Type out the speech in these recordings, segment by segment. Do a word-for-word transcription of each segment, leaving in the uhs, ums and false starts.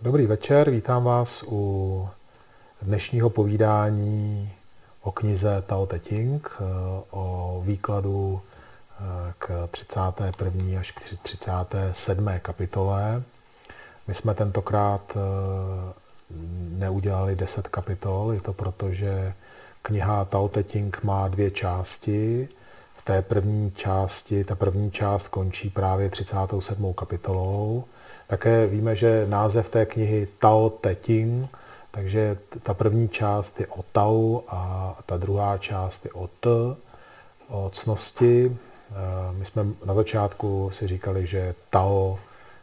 Dobrý večer, vítám vás u dnešního povídání o knize Tao Te Ching, o výkladu k třicáté první až k třicáté sedmé kapitole. My jsme tentokrát neudělali deset kapitol, je to proto, že kniha Tao Te Ching má dvě části. V té první části, ta první část končí právě třicátou sedmou kapitolou. Také víme, že název té knihy Tao Te Ching, takže ta první část je o Tao a ta druhá část je o T, o ctnosti. My jsme na začátku si říkali, že Tao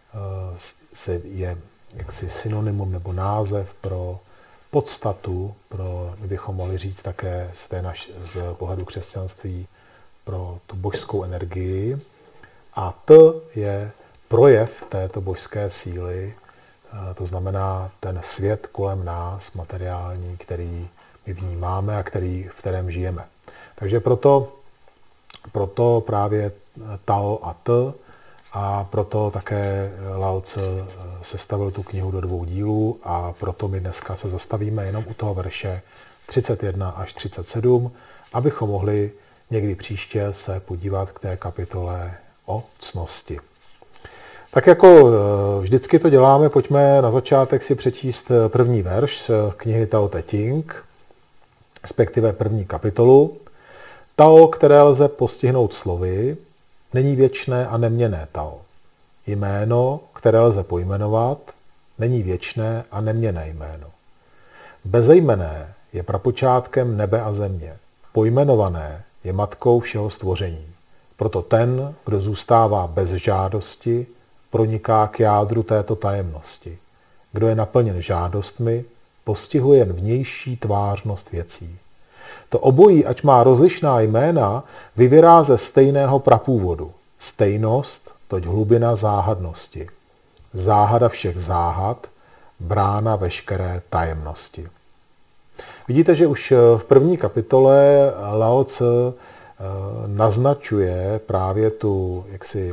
je jaksi synonymum nebo název pro podstatu, pro, my bychom mohli říct také z, té naš, z pohledu křesťanství, pro tu božskou energii. A T je projev této božské síly, to znamená ten svět kolem nás, materiální, který my vnímáme a který, v kterém žijeme. Takže proto, proto právě Tao a T a proto také Lao Tse sestavil tu knihu do dvou dílů a proto my dneska se zastavíme jenom u toho verše třicet jedna až třicet sedm, abychom mohli někdy příště se podívat k té kapitole o ctnosti. Tak jako vždycky to děláme, pojďme na začátek si přečíst první verš z knihy Tao Te Ching, respektive první kapitolu. Tao, které lze postihnout slovy, není věčné a neměnné Tao. Jméno, které lze pojmenovat, není věčné a neměnné jméno. Bezejmenné je prapočátkem nebe a země. Pojmenované je matkou všeho stvoření. Proto ten, kdo zůstává bez žádosti, proniká k jádru této tajemnosti. Kdo je naplněn žádostmi, postihuje jen vnější tvářnost věcí. To obojí, ať má rozlišná jména, vyvírá ze stejného prapůvodu. Stejnost, toť hlubina záhadnosti. Záhada všech záhad, brána veškeré tajemnosti. Vidíte, že už v první kapitole Lao Tse naznačuje právě tu jaksi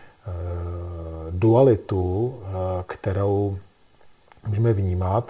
dualitu, kterou můžeme vnímat,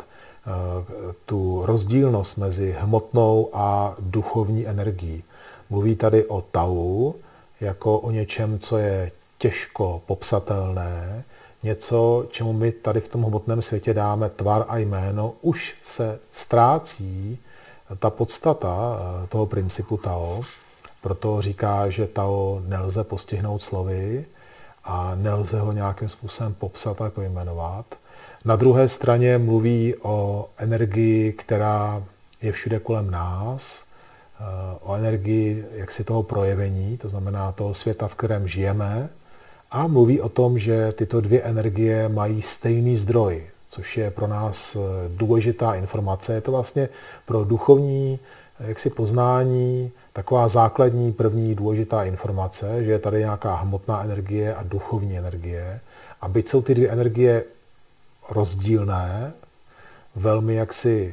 tu rozdílnost mezi hmotnou a duchovní energií. Mluví tady o Tao jako o něčem, co je těžko popsatelné, něco, čemu my tady v tom hmotném světě dáme tvar a jméno, už se ztrácí ta podstata toho principu Tao. Proto říká, že Tao nelze postihnout slovy a nelze ho nějakým způsobem popsat a pojmenovat. Na druhé straně mluví o energii, která je všude kolem nás, o energii jaksi toho projevení, to znamená toho světa, v kterém žijeme, a mluví o tom, že tyto dvě energie mají stejný zdroj, což je pro nás důležitá informace. Je to vlastně pro duchovní jaksi poznání taková základní první důležitá informace, že je tady nějaká hmotná energie a duchovní energie. A byť jsou ty dvě energie rozdílné, velmi jaksi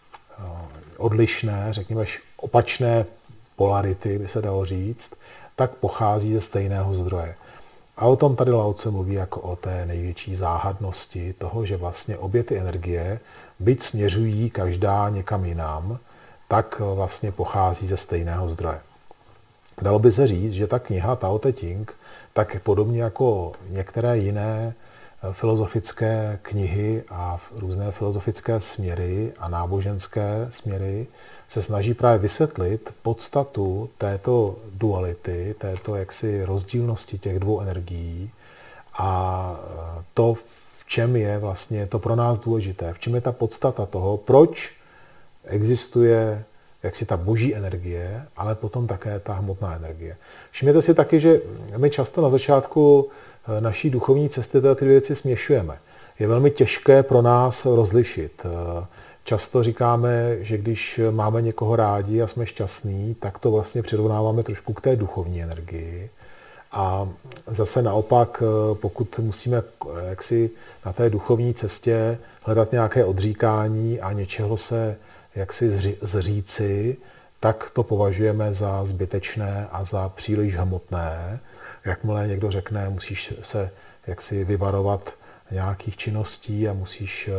odlišné, řekněme opačné polarity, by se dalo říct, tak pochází ze stejného zdroje. A o tom tady Lao Tse mluví jako o té největší záhadnosti toho, že vlastně obě ty energie, byť směřují každá někam jinam, tak vlastně pochází ze stejného zdroje. Dalo by se říct, že ta kniha Tao Te Ching, tak podobně jako některé jiné filozofické knihy a různé filozofické směry a náboženské směry, se snaží právě vysvětlit podstatu této duality, této jaksi rozdílnosti těch dvou energií a to, v čem je vlastně to pro nás důležité, v čem je ta podstata toho, proč existuje jaksi ta boží energie, ale potom také ta hmotná energie. Všimněte si taky, že my často na začátku naší duchovní cesty ty věci směšujeme. Je velmi těžké pro nás rozlišit. Často říkáme, že když máme někoho rádi a jsme šťastní, tak to vlastně přirovnáváme trošku k té duchovní energii. A zase naopak, pokud musíme jaksi na té duchovní cestě hledat nějaké odříkání a něčeho se jaksi zříci, tak to považujeme za zbytečné a za příliš hmotné. Jakmile někdo řekne, musíš se jaksi vyvarovat nějakých činností a musíš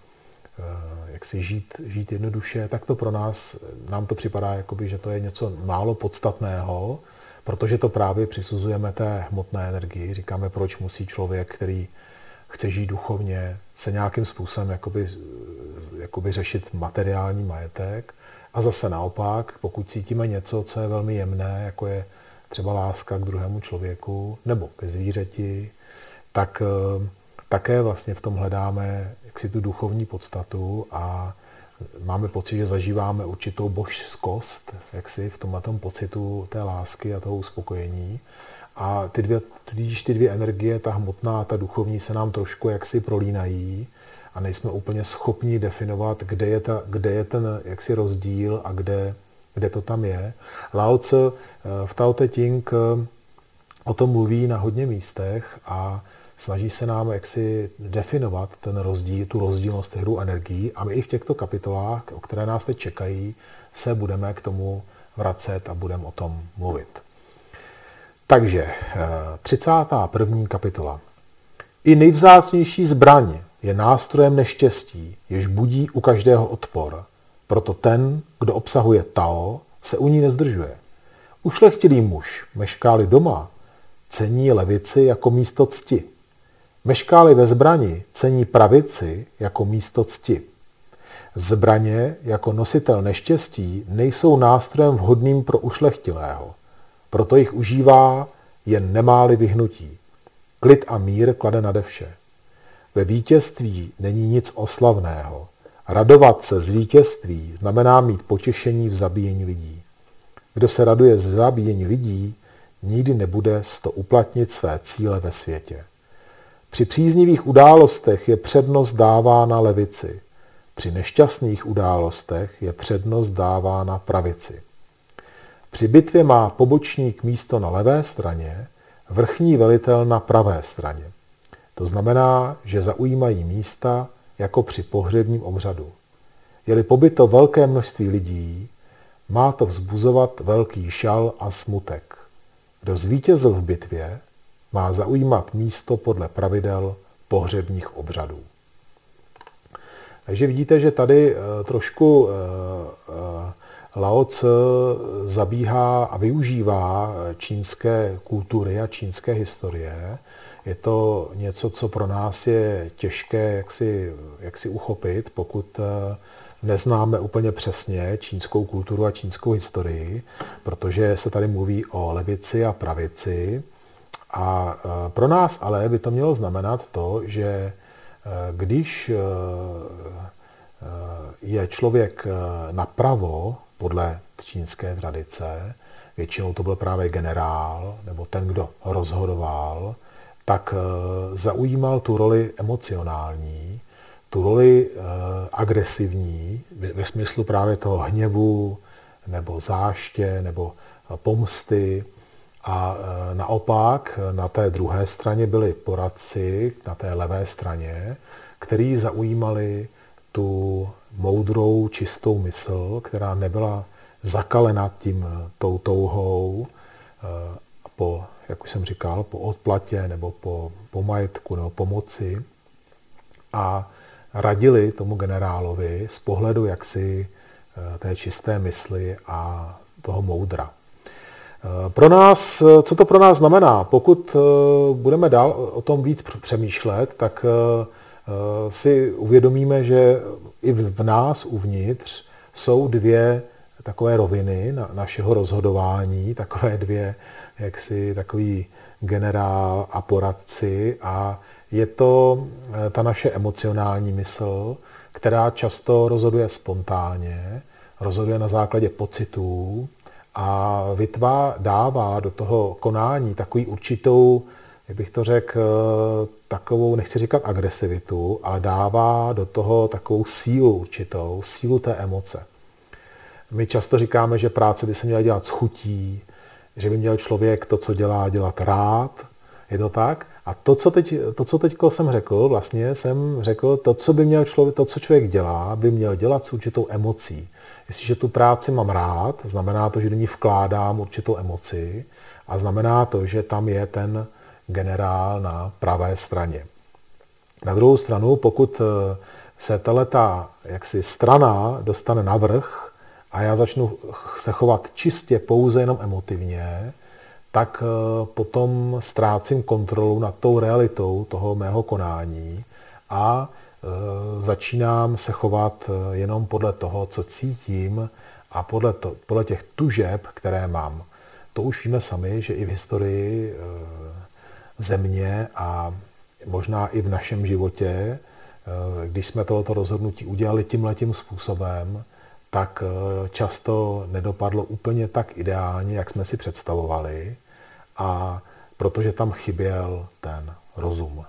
jak si žít, žít jednoduše, tak to pro nás, nám to připadá, jakoby, že to je něco málo podstatného, protože to právě přisuzujeme té hmotné energii. Říkáme, proč musí člověk, který chce žít duchovně, se nějakým způsobem jakoby, jakoby řešit materiální majetek. A zase naopak, pokud cítíme něco, co je velmi jemné, jako je třeba láska k druhému člověku nebo ke zvířeti, tak také vlastně v tom hledáme jaksi tu duchovní podstatu a máme pocit, že zažíváme určitou božskost, jaksi v tomhletom pocitu té lásky a toho uspokojení. A ty dvě, když ty dvě energie, ta hmotná a ta duchovní, se nám trošku jaksi prolínají a nejsme úplně schopni definovat, kde je, ta, kde je ten jaksi rozdíl a kde, kde to tam je. Lao Tzu v Tao Te Ching o tom mluví na hodně místech a snaží se nám jaksi definovat ten rozdíl, tu rozdílnost hru energií a my i v těchto kapitolách, o které nás teď čekají, se budeme k tomu vracet a budeme o tom mluvit. Takže třicátá první kapitola. I nejvzácnější zbraň je nástrojem neštěstí, jež budí u každého odpor. Proto ten, kdo obsahuje Tao, se u ní nezdržuje. Ušlechtilý muž, mešká-li doma, cení levici jako místo cti. Mešká-li ve zbrani, cení pravici jako místo cti. Zbraně jako nositel neštěstí nejsou nástrojem vhodným pro ušlechtilého. Proto jich užívá jen nemáli vyhnutí. Klid a mír klade nade vše. Ve vítězství není nic oslavného. Radovat se z vítězství znamená mít potěšení v zabíjení lidí. Kdo se raduje z zabíjení lidí, nikdy nebude s to uplatnit své cíle ve světě. Při příznivých událostech je přednost dávána levici. Při nešťastných událostech je přednost dávána pravici. Při bitvě má pobočník místo na levé straně, vrchní velitel na pravé straně. To znamená, že zaujímají místa jako při pohřebním obřadu. Je-li pobyto velké množství lidí, má to vzbuzovat velký šal a smutek. Kdo zvítězil v bitvě, má zaujímat místo podle pravidel pohřebních obřadů. Takže vidíte, že tady trošku Lao Tzu zabíhá a využívá čínské kultury a čínské historie. Je to něco, co pro nás je těžké jak si, jak si uchopit, pokud neznáme úplně přesně čínskou kulturu a čínskou historii, protože se tady mluví o levici a pravici. A pro nás ale by to mělo znamenat to, že když je člověk napravo, podle čínské tradice, většinou to byl právě generál, nebo ten, kdo rozhodoval, tak zaujímal tu roli emocionální, tu roli agresivní, ve smyslu právě toho hněvu, nebo záště, nebo pomsty. A naopak na té druhé straně byli poradci, na té levé straně, kteří zaujímali tu moudrou, čistou mysl, která nebyla zakalena tím tou touhou po, jak už jsem říkal, po odplatě nebo po, po majetku nebo pomoci a radili tomu generálovi z pohledu jaksi té čisté mysli a toho moudra. Pro nás, co to pro nás znamená? Pokud budeme dál o tom víc přemýšlet, tak si uvědomíme, že i v nás uvnitř jsou dvě takové roviny na našeho rozhodování, takové dvě, jaksi takový generál a poradci, a je to ta naše emocionální mysl, která často rozhoduje spontánně, rozhoduje na základě pocitů a vytvá, dává do toho konání takový určitou, jak bych to řekl, takovou, nechci říkat agresivitu, ale dává do toho takovou sílu určitou, sílu té emoce. My často říkáme, že práce by se měla dělat s chutí, že by měl člověk to, co dělá, dělat rád. Je to tak? A to, co teď, to, co teď jsem řekl, vlastně jsem řekl, to, co by měl člověk, to, co člověk dělá, by měl dělat s určitou emocí. Jestliže tu práci mám rád, znamená to, že do ní vkládám určitou emoci a znamená to, že tam je ten generál na pravé straně. Na druhou stranu, pokud se tato jaksi strana dostane na vrch a já začnu se chovat čistě pouze jenom emotivně, tak potom ztrácím kontrolu nad tou realitou toho mého konání a začínám se chovat jenom podle toho, co cítím a podle, to, podle těch tužeb, které mám. To už víme sami, že i v historii země a možná i v našem životě, když jsme tohoto rozhodnutí udělali tímhletím způsobem, tak často nedopadlo úplně tak ideálně, jak jsme si představovali, a protože tam chyběl ten rozum.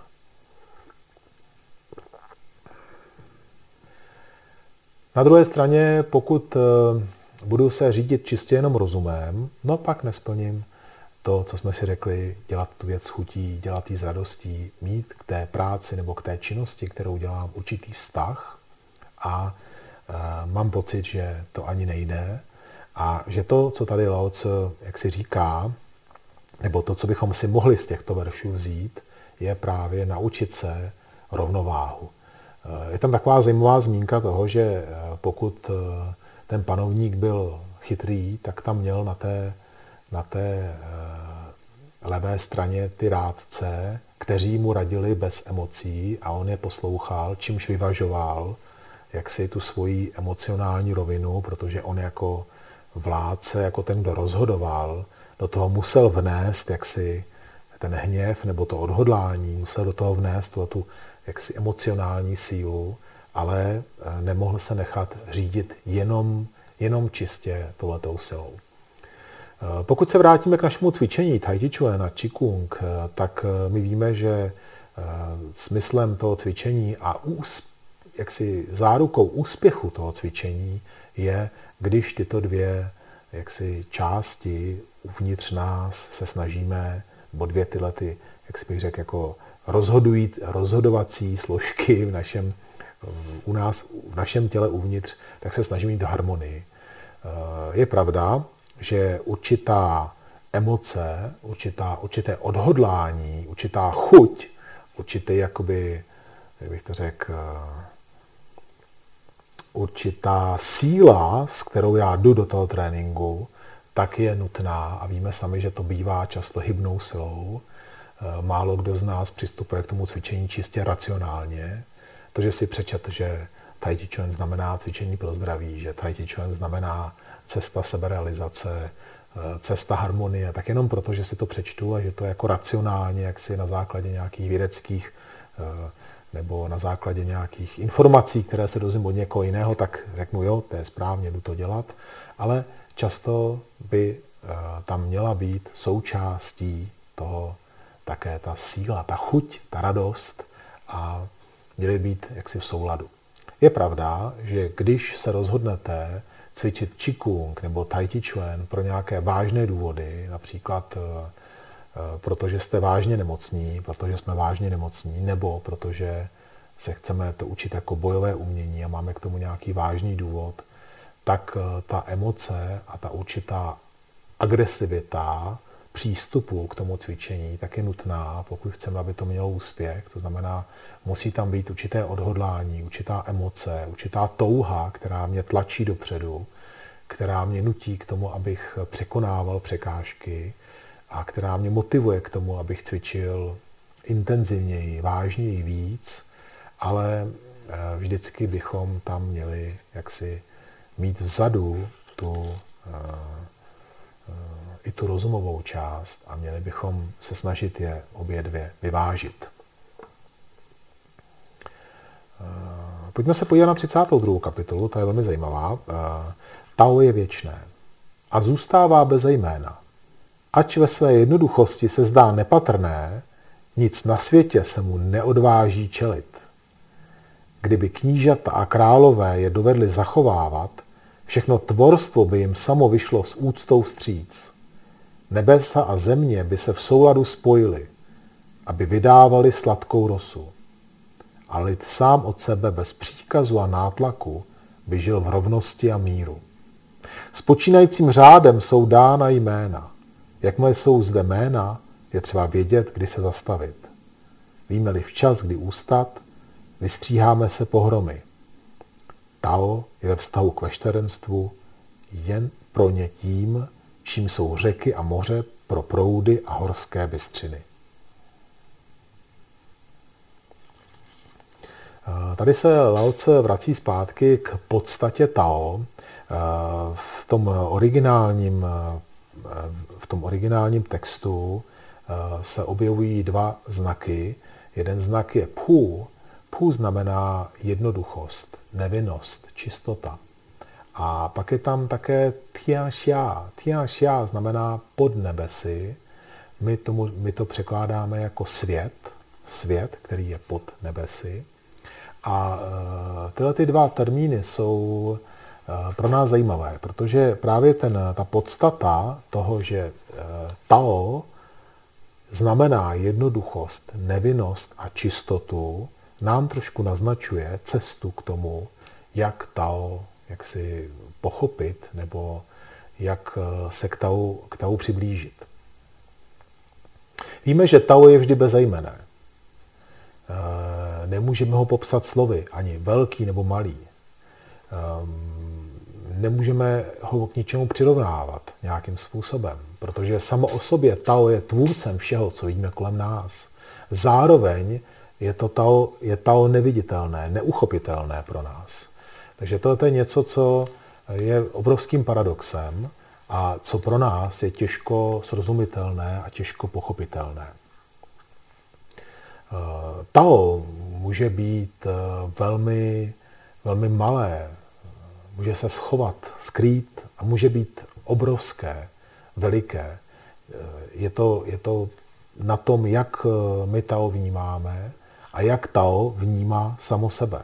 Na druhé straně, pokud budu se řídit čistě jenom rozumem, no pak nesplním to, co jsme si řekli, dělat tu věc s chutí, dělat ji s radostí, mít k té práci nebo k té činnosti, kterou dělám, určitý vztah a e, mám pocit, že to ani nejde a že to, co tady Lao Tzu jak si říká, nebo to, co bychom si mohli z těchto veršů vzít, je právě naučit se rovnováhu. Je tam taková zajímavá zmínka toho, že pokud ten panovník byl chytrý, tak tam měl na té, na té levé straně ty rádce, kteří mu radili bez emocí a on je poslouchal, čímž vyvažoval jaksi tu svoji emocionální rovinu, protože on jako vládce, jako ten, kdo rozhodoval, do toho musel vnést jaksi ten hněv nebo to odhodlání, musel do toho vnést tu, tu jaksi emocionální sílu, ale nemohl se nechat řídit jenom, jenom čistě touhletou silou. Pokud se vrátíme k našemu cvičení Tai Chi Chuan a Qigong, tak my víme, že smyslem toho cvičení a ús, jaksi zárukou úspěchu toho cvičení je, když tyto dvě jaksi části uvnitř nás se snažíme, nebo dvě tyhle, ty, jak si bych řekl, jako rozhodují, rozhodovací složky v našem, u nás, v našem těle uvnitř, tak se snažíme mít harmonii. Je pravda, že určitá emoce, určitá, určité odhodlání, určitá chuť, určitý, jakoby, jak bych to řekl, určitá síla, s kterou já jdu do toho tréninku, tak je nutná a víme sami, že to bývá často hybnou silou. Málo kdo z nás přistupuje k tomu cvičení čistě racionálně. To, že si přečet, že Tai Chi Chuan znamená cvičení pro zdraví, že Tai Chi Chuan znamená cesta seberealizace, cesta harmonie, tak jenom proto, že si to přečtu a že to jako racionálně, jak si na základě nějakých vědeckých nebo na základě nějakých informací, které se dozvím od někoho jiného, tak řeknu, jo, to je správně, jdu to dělat, ale často by tam měla být součástí toho také ta síla, ta chuť, ta radost a měly být jaksi v souladu. Je pravda, že když se rozhodnete cvičit Qigong nebo Tai Chi Chuan pro nějaké vážné důvody, například protože jste vážně nemocní, protože jsme vážně nemocní, nebo protože se chceme to učit jako bojové umění a máme k tomu nějaký vážný důvod, tak ta emoce a ta určitá agresivita přístupu k tomu cvičení tak je nutná, pokud chceme, aby to mělo úspěch. To znamená, musí tam být určité odhodlání, určitá emoce, určitá touha, která mě tlačí dopředu, která mě nutí k tomu, abych překonával překážky a která mě motivuje k tomu, abych cvičil intenzivněji, vážněji víc, ale vždycky bychom tam měli jaksi mít vzadu tu, i tu rozumovou část a měli bychom se snažit je obě dvě vyvážit. Pojďme se podívat na třicátou druhou kapitolu, ta je velmi zajímavá. Tao je věčné a zůstává beze jména. Ač ve své jednoduchosti se zdá nepatrné, nic na světě se mu neodváží čelit. Kdyby knížata a králové je dovedli zachovávat, všechno tvorstvo by jim samo vyšlo s úctou vstříc. Nebesa a země by se v souladu spojily, aby vydávali sladkou rosu. A lid sám od sebe bez příkazu a nátlaku by žil v rovnosti a míru. S počínajícím řádem jsou dána jména. Jakmile jsou zde jména, je třeba vědět, kdy se zastavit. Víme-li včas, kdy ustat, vystříháme se pohromy. Tao je ve vztahu k vešterenstvu jen pro ně tím, čím jsou řeky a moře pro proudy a horské bystřiny. Tady se Lao Tse vrací zpátky k podstatě Tao. V tom originálním, v tom originálním textu se objevují dva znaky. Jeden znak je Phu. Phu znamená jednoduchost, nevinnost, čistota. A pak je tam také Tianxia. Tianxia znamená pod nebesy. My, tomu, my to překládáme jako svět, svět, který je pod nebesy. A tyhle ty dva termíny jsou pro nás zajímavé, protože právě ten, ta podstata toho, že Tao znamená jednoduchost, nevinnost a čistotu, nám trošku naznačuje cestu k tomu, jak Tao, jak si pochopit, nebo jak se k Tao, k Tao přiblížit. Víme, že Tao je vždy bezejmenné. Nemůžeme ho popsat slovy, ani velký nebo malý. Nemůžeme ho k ničemu přirovnávat nějakým způsobem, protože samo o sobě Tao je tvůrcem všeho, co vidíme kolem nás. Zároveň je to Tao, je Tao neviditelné, neuchopitelné pro nás. Takže to je něco, co je obrovským paradoxem a co pro nás je těžko srozumitelné a těžko pochopitelné. Tao může být velmi, velmi malé, může se schovat, skrýt a může být obrovské, veliké. Je to, je to na tom, jak my Tao vnímáme a jak Tao vnímá samo sebe.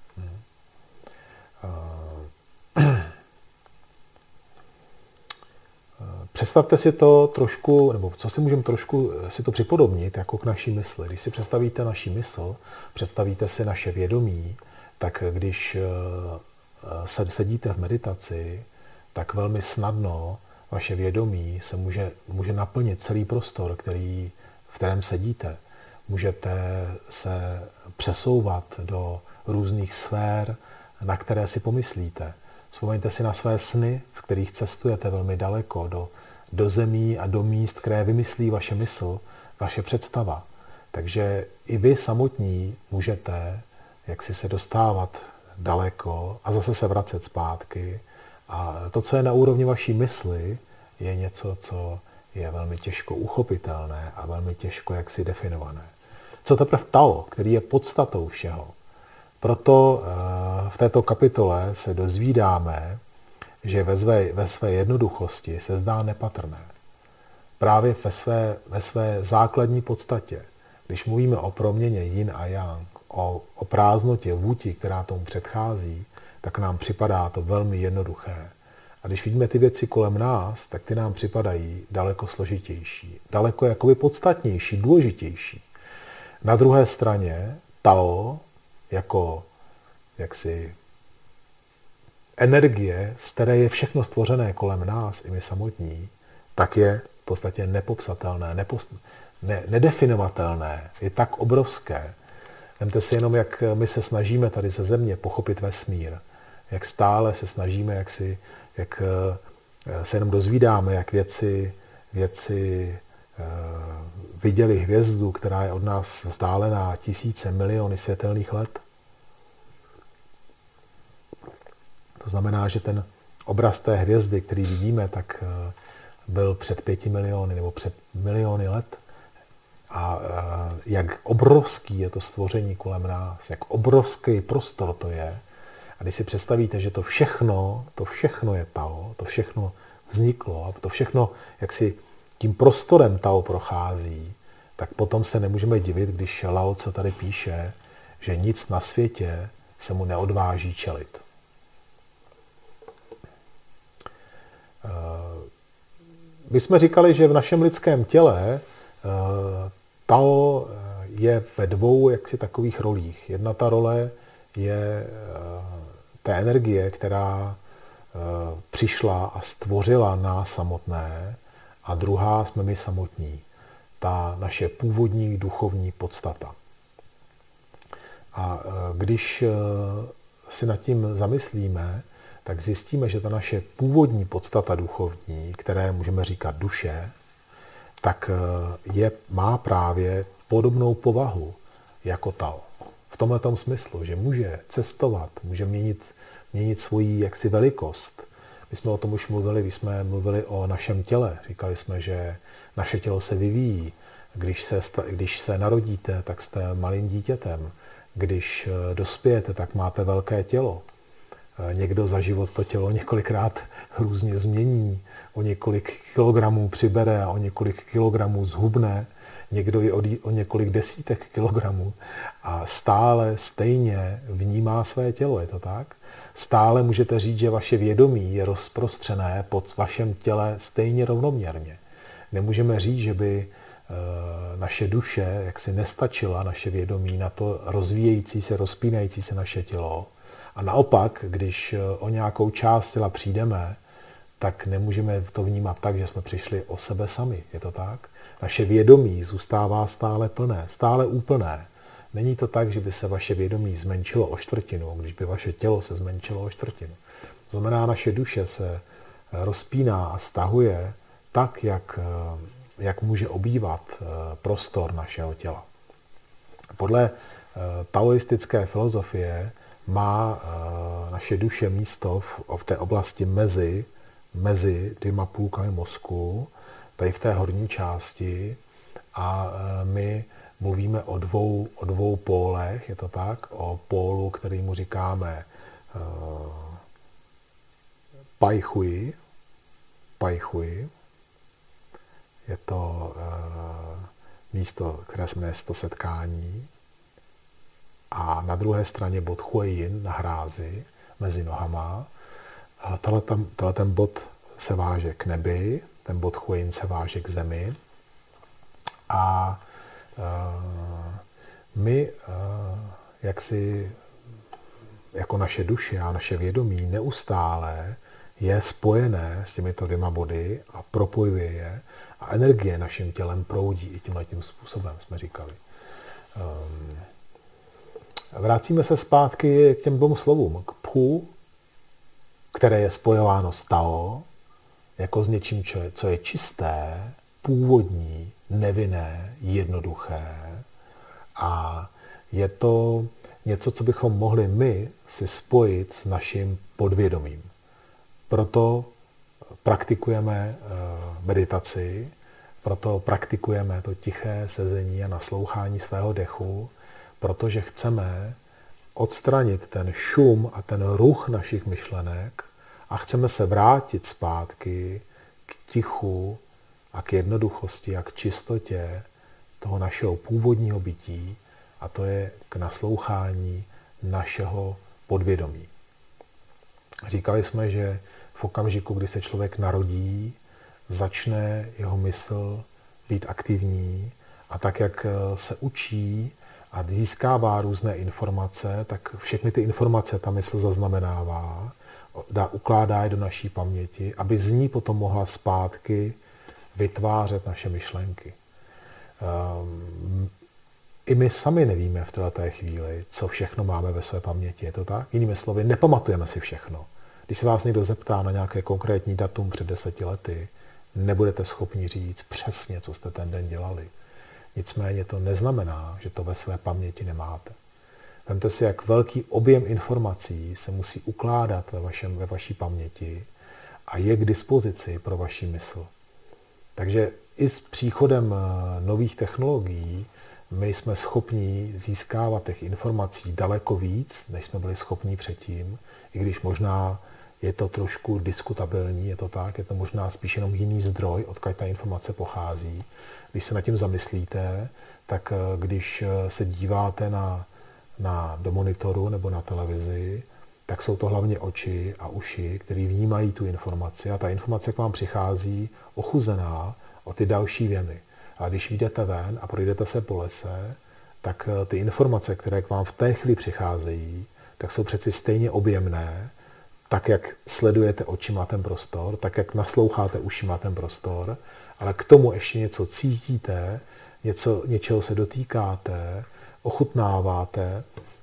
Představte si to trošku, nebo co si můžeme trošku si to připodobnit jako k naší mysli. Když si představíte naši mysl, představíte si naše vědomí, tak když se sedíte v meditaci, tak velmi snadno vaše vědomí se může, může naplnit celý prostor, který, v kterém sedíte. Můžete se přesouvat do různých sfér, na které si pomyslíte. Vzpomeňte si na své sny, v kterých cestujete velmi daleko do, do zemí a do míst, které vymyslí vaše mysl, vaše představa. Takže i vy samotní můžete jak si se dostávat daleko a zase se vracet zpátky. A to, co je na úrovni vaší mysli, je něco, co je velmi těžko uchopitelné a velmi těžko jaksi definované. Co teprve Tao, který je podstatou všeho. Proto v této kapitole se dozvídáme, že ve své, ve své jednoduchosti se zdá nepatrné. Právě ve své, ve své základní podstatě, když mluvíme o proměně yin a yang, o, o prázdnotě vůti, která tomu předchází, tak nám připadá to velmi jednoduché. A když vidíme ty věci kolem nás, tak ty nám připadají daleko složitější, daleko jakoby podstatnější, důležitější. Na druhé straně Tao jako jaksi energie, z které je všechno stvořené kolem nás, i my samotní, tak je v podstatě nepopsatelné, nepos, ne, nedefinovatelné, je tak obrovské. Vemte si jenom, jak my se snažíme tady ze země pochopit vesmír, jak stále se snažíme, jak, si, jak se jenom dozvídáme, jak věci, věci viděli hvězdu, která je od nás vzdálená tisíce, miliony světelných let. To znamená, že ten obraz té hvězdy, který vidíme, tak byl před pěti miliony nebo před miliony let. A jak obrovský je to stvoření kolem nás, jak obrovský prostor to je. A když si představíte, že to všechno, to všechno je Tao, to všechno vzniklo a to všechno, jak si tím prostorem Tao prochází, tak potom se nemůžeme divit, když Lao Tse tady píše, že nic na světě se mu neodváží čelit. My jsme říkali, že v našem lidském těle Tao je ve dvou jaksi takových rolích. Jedna ta role je té energie, která přišla a stvořila nás samotné, a druhá jsme my samotní, ta naše původní duchovní podstata. A když si nad tím zamyslíme, tak zjistíme, že ta naše původní podstata duchovní, které můžeme říkat duše, tak je, má právě podobnou povahu jako Tao. V tomhletom smyslu, že může cestovat, může měnit, měnit svoji jaksi velikost. My jsme o tom už mluvili, když jsme mluvili o našem těle. Říkali jsme, že naše tělo se vyvíjí. Když se, když se narodíte, tak jste malým dítětem. Když dospějete, tak máte velké tělo. Někdo za život to tělo několikrát různě změní, o několik kilogramů přibere a o několik kilogramů zhubne, někdo i o, o několik desítek kilogramů a stále stejně vnímá své tělo, je to tak? Stále můžete říct, že vaše vědomí je rozprostřené pod vašem těle stejně rovnoměrně. Nemůžeme říct, že by naše duše jaksi nestačila, naše vědomí na to rozvíjející se, rozpínající se naše tělo. A naopak, když o nějakou část těla přijdeme, tak nemůžeme to vnímat tak, že jsme přišli o sebe sami. Je to tak? Naše vědomí zůstává stále plné, stále úplné. Není to tak, že by se vaše vědomí zmenšilo o čtvrtinu, když by vaše tělo se zmenšilo o čtvrtinu. To znamená, naše duše se rozpíná a stahuje tak, jak, jak může obývat prostor našeho těla. Podle taoistické filozofie má naše duše místo v, v té oblasti mezi, mezi dvěma půlkami mozku, tady v té horní části, a my mluvíme o dvou, o dvou pólech, je to tak? O pólu, který mu říkáme uh, Pai Hui. Pai Hui. Je to uh, místo, které se jmenuje sto setkání. A na druhé straně bod Huayin na hrázi, mezi nohama. A tenhle ten bod se váže k nebi, ten bod Huayin se váže k zemi. A uh, my, uh, jak si, jako naše duše a naše vědomí neustále je spojené s těmito dvěma body a propojuje je a energie naším tělem proudí i tímhletím způsobem, jsme říkali. Um, vracíme se zpátky k těm dvou slovům, k Phu, které je spojováno s Tao, jako s něčím, co je čisté, původní, nevinné, jednoduché. A je to něco, co bychom mohli my si spojit s naším podvědomím. Proto praktikujeme meditaci, proto praktikujeme to tiché sezení a naslouchání svého dechu, protože chceme odstranit ten šum a ten ruch našich myšlenek a chceme se vrátit zpátky k tichu a k jednoduchosti a k čistotě toho našeho původního bytí, a to je k naslouchání našeho podvědomí. Říkali jsme, že v okamžiku, kdy se člověk narodí, začne jeho mysl být aktivní a tak, jak se učí a získává různé informace, tak všechny ty informace ta mysl zaznamenává, dá, ukládá je do naší paměti, aby z ní potom mohla zpátky vytvářet naše myšlenky. Um, I my sami nevíme v této chvíli, co všechno máme ve své paměti. Je to tak? Jinými slovy, nepamatujeme si všechno. Když se vás někdo zeptá na nějaké konkrétní datum před deseti lety, nebudete schopni říct přesně, co jste ten den dělali. Nicméně to neznamená, že to ve své paměti nemáte. Vemte si, jak velký objem informací se musí ukládat ve, vašem, ve vaší paměti a je k dispozici pro vaši mysl. Takže i s příchodem nových technologií my jsme schopni získávat těch informací daleko víc, než jsme byli schopni předtím, i když možná je to trošku diskutabilní, je to tak, je to možná spíš jenom jiný zdroj, odkud ta informace pochází. Když se nad tím zamyslíte, tak když se díváte na, na, do monitoru nebo na televizi, tak jsou to hlavně oči a uši, které vnímají tu informaci a ta informace k vám přichází ochuzená o ty další věmy. A když vyjdete ven a projdete se po lese, tak ty informace, které k vám v té chvíli přicházejí, tak jsou přeci stejně objemné, tak jak sledujete očima ten prostor, tak jak nasloucháte ušima ten prostor, ale k tomu ještě něco cítíte, něco, něčeho se dotýkáte, ochutnáváte,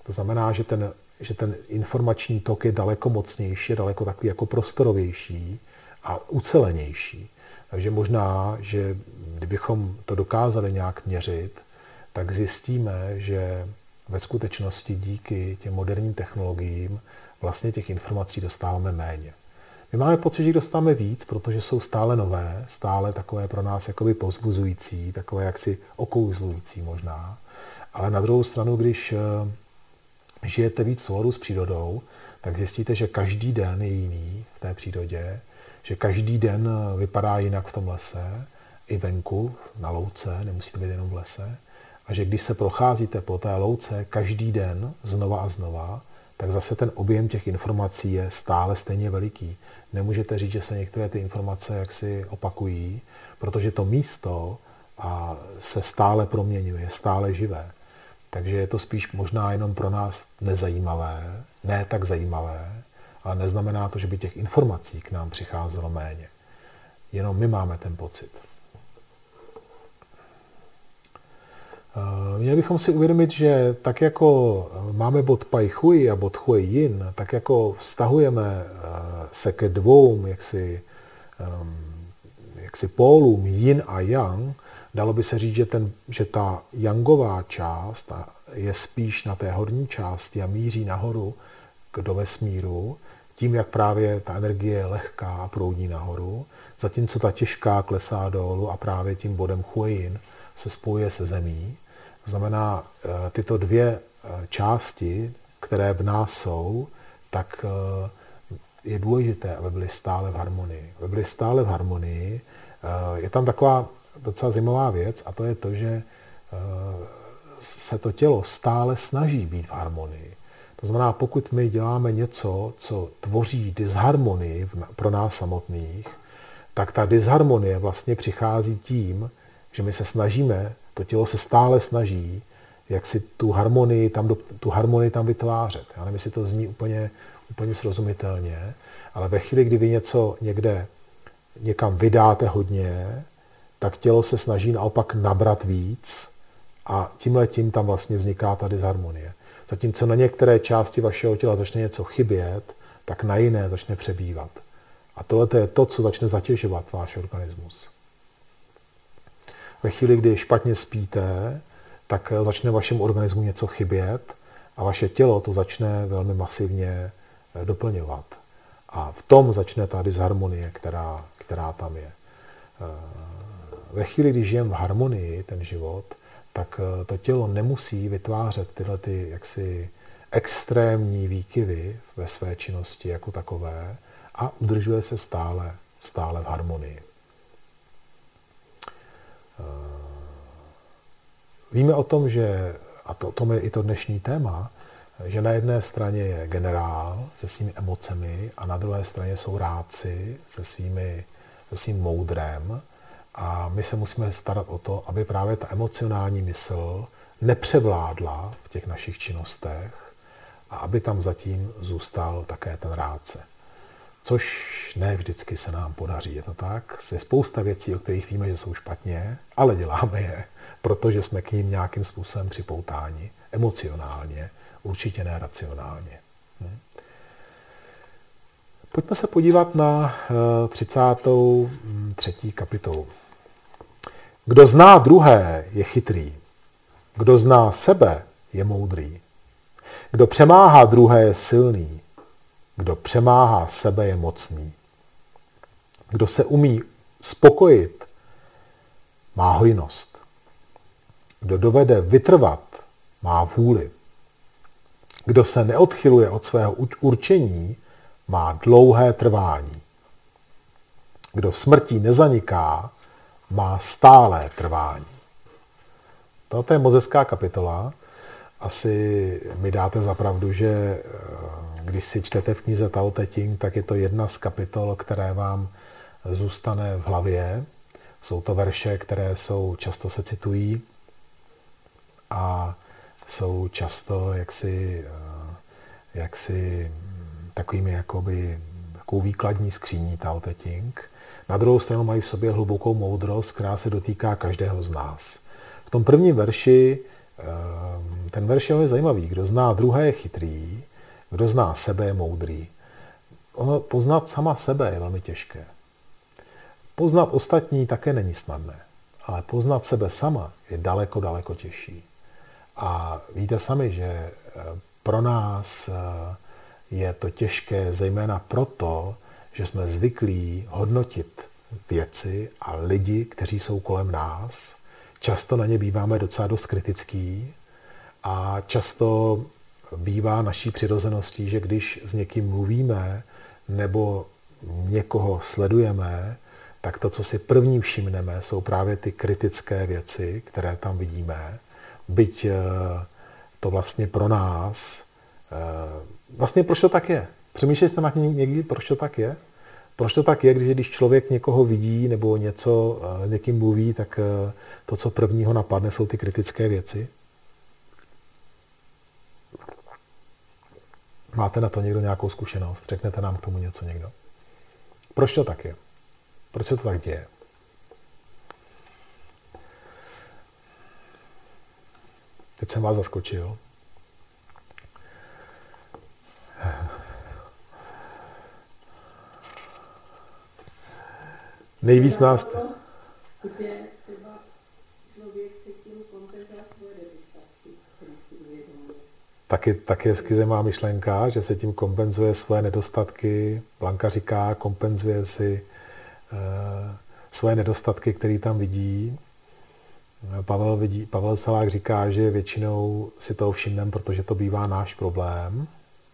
To znamená, že ten, že ten informační tok je daleko mocnější, daleko takový jako prostorovější a ucelenější. Takže možná, že kdybychom to dokázali nějak měřit, tak zjistíme, že ve skutečnosti díky těm moderním technologiím vlastně těch informací dostáváme méně. My máme pocit, že jich dostáváme víc, protože jsou stále nové, stále takové pro nás jakoby povzbuzující, takové jaksi okouzlující možná. Ale na druhou stranu, když žijete víc v souladu s přírodou, tak zjistíte, že každý den je jiný v té přírodě, že každý den vypadá jinak v tom lese, i venku, na louce, nemusí to být jenom v lese, a že když se procházíte po té louce každý den znova a znova, tak zase ten objem těch informací je stále stejně veliký. Nemůžete říct, že se některé ty informace jaksi opakují, protože to místo a se stále proměňuje, stále živé. Takže je to spíš možná jenom pro nás nezajímavé, ne tak zajímavé, ale neznamená to, že by těch informací k nám přicházelo méně. Jenom my máme ten pocit. Měli bychom si uvědomit, že tak jako máme bod Pai Chui a bod Hui Yin, tak jako vztahujeme se ke dvou jaksi, jaksi pólům Yin a Yang, dalo by se říct, že, ten, že ta yangová část je spíš na té horní části a míří nahoru do vesmíru, tím, jak právě ta energie je lehká a proudí nahoru, zatímco ta těžká klesá dolů a právě tím bodem Hui Yin se spojuje se zemí. To znamená, tyto dvě části, které v nás jsou, tak je důležité, aby byly stále v harmonii. Aby byly stále v harmonii. Je tam taková docela zajímavá věc a to je to, že se to tělo stále snaží být v harmonii. To znamená, pokud my děláme něco, co tvoří disharmonii pro nás samotných, tak ta disharmonie vlastně přichází tím, že my se snažíme, to tělo se stále snaží, jak si tu harmonii tam, do, tu harmonii tam vytvářet. Já nevím, jestli to zní úplně, úplně srozumitelně, ale ve chvíli, kdy vy něco někde někam vydáte hodně, tak tělo se snaží naopak nabrat víc a tímhletím tam vlastně vzniká ta disharmonie. Zatímco na některé části vašeho těla začne něco chybět, tak na jiné začne přebývat. A tohle je to, co začne zatěžovat váš organismus. Ve chvíli, kdy špatně spíte, tak začne vašemu organismu něco chybět a vaše tělo to začne velmi masivně doplňovat. A v tom začne ta disharmonie, která, která tam je. Ve chvíli, kdy žijeme v harmonii, ten život, tak to tělo nemusí vytvářet tyhle ty jaksi extrémní výkyvy ve své činnosti jako takové a udržuje se stále, stále v harmonii. Víme o tom, že, a to, to je i to dnešní téma, že na jedné straně je generál se svými emocemi a na druhé straně jsou rádci se, svými, se svým moudrem. A my se musíme starat o to, aby právě ta emocionální mysl nepřevládla v těch našich činnostech a aby tam zatím zůstal také ten rádce. Což ne vždycky se nám podaří, je to tak? Je spousta věcí, o kterých víme, že jsou špatně, ale děláme je, protože jsme k ním nějakým způsobem připoutáni, emocionálně, určitě ne racionálně. Hm. Pojďme se podívat na třicátou třetí kapitolu. Kdo zná druhé, je chytrý. Kdo zná sebe, je moudrý. Kdo přemáhá druhé, je silný. Kdo přemáhá sebe, je mocný. Kdo se umí spokojit, má hojnost. Kdo dovede vytrvat, má vůli. Kdo se neodchyluje od svého určení, má dlouhé trvání. Kdo smrtí nezaniká, má stálé trvání. Toto je moc hezká kapitola. Asi mi dáte za pravdu, že když si čtete v knize Tao Te Ching, tak je to jedna z kapitol, které vám zůstane v hlavě. Jsou to verše, které jsou často se citují a jsou často jaksi, jaksi takovými jakoby, takovou výkladní skříní Tao Te Ching. Na druhou stranu mají v sobě hlubokou moudrost, která se dotýká každého z nás. V tom prvním verši Ten verš je zajímavý. Kdo zná druhé je chytrý, kdo zná sebe je moudrý. Ono poznat sama sebe je velmi těžké. Poznat ostatní také není snadné, ale poznat sebe sama je daleko, daleko těžší. A víte sami, že pro nás je to těžké zejména proto, že jsme zvyklí hodnotit věci a lidi, kteří jsou kolem nás. Často na ně býváme docela dost kritický a často bývá naší přirozeností, že když s někým mluvíme nebo někoho sledujeme, tak to, co si první všimneme, jsou právě ty kritické věci, které tam vidíme. Byť to vlastně pro nás, vlastně proč to tak je? Přemýšleli jste nad tím někdy, proč to tak je? Proč to tak je, když, když člověk někoho vidí nebo něco někým mluví, tak to, co prvního napadne, jsou ty kritické věci? Máte na to někdo nějakou zkušenost? Řeknete nám k tomu něco někdo? Proč to tak je? Proč se to tak děje? Teď jsem vás zaskočil. Nejvíc nás... Taky, taky je skvělá myšlenka, že se tím kompenzuje svoje nedostatky. Blanka říká, kompenzuje si uh, svoje nedostatky, které tam vidí. Pavel, vidí. Pavel Salák říká, že většinou si toho všimneme, protože to bývá náš problém.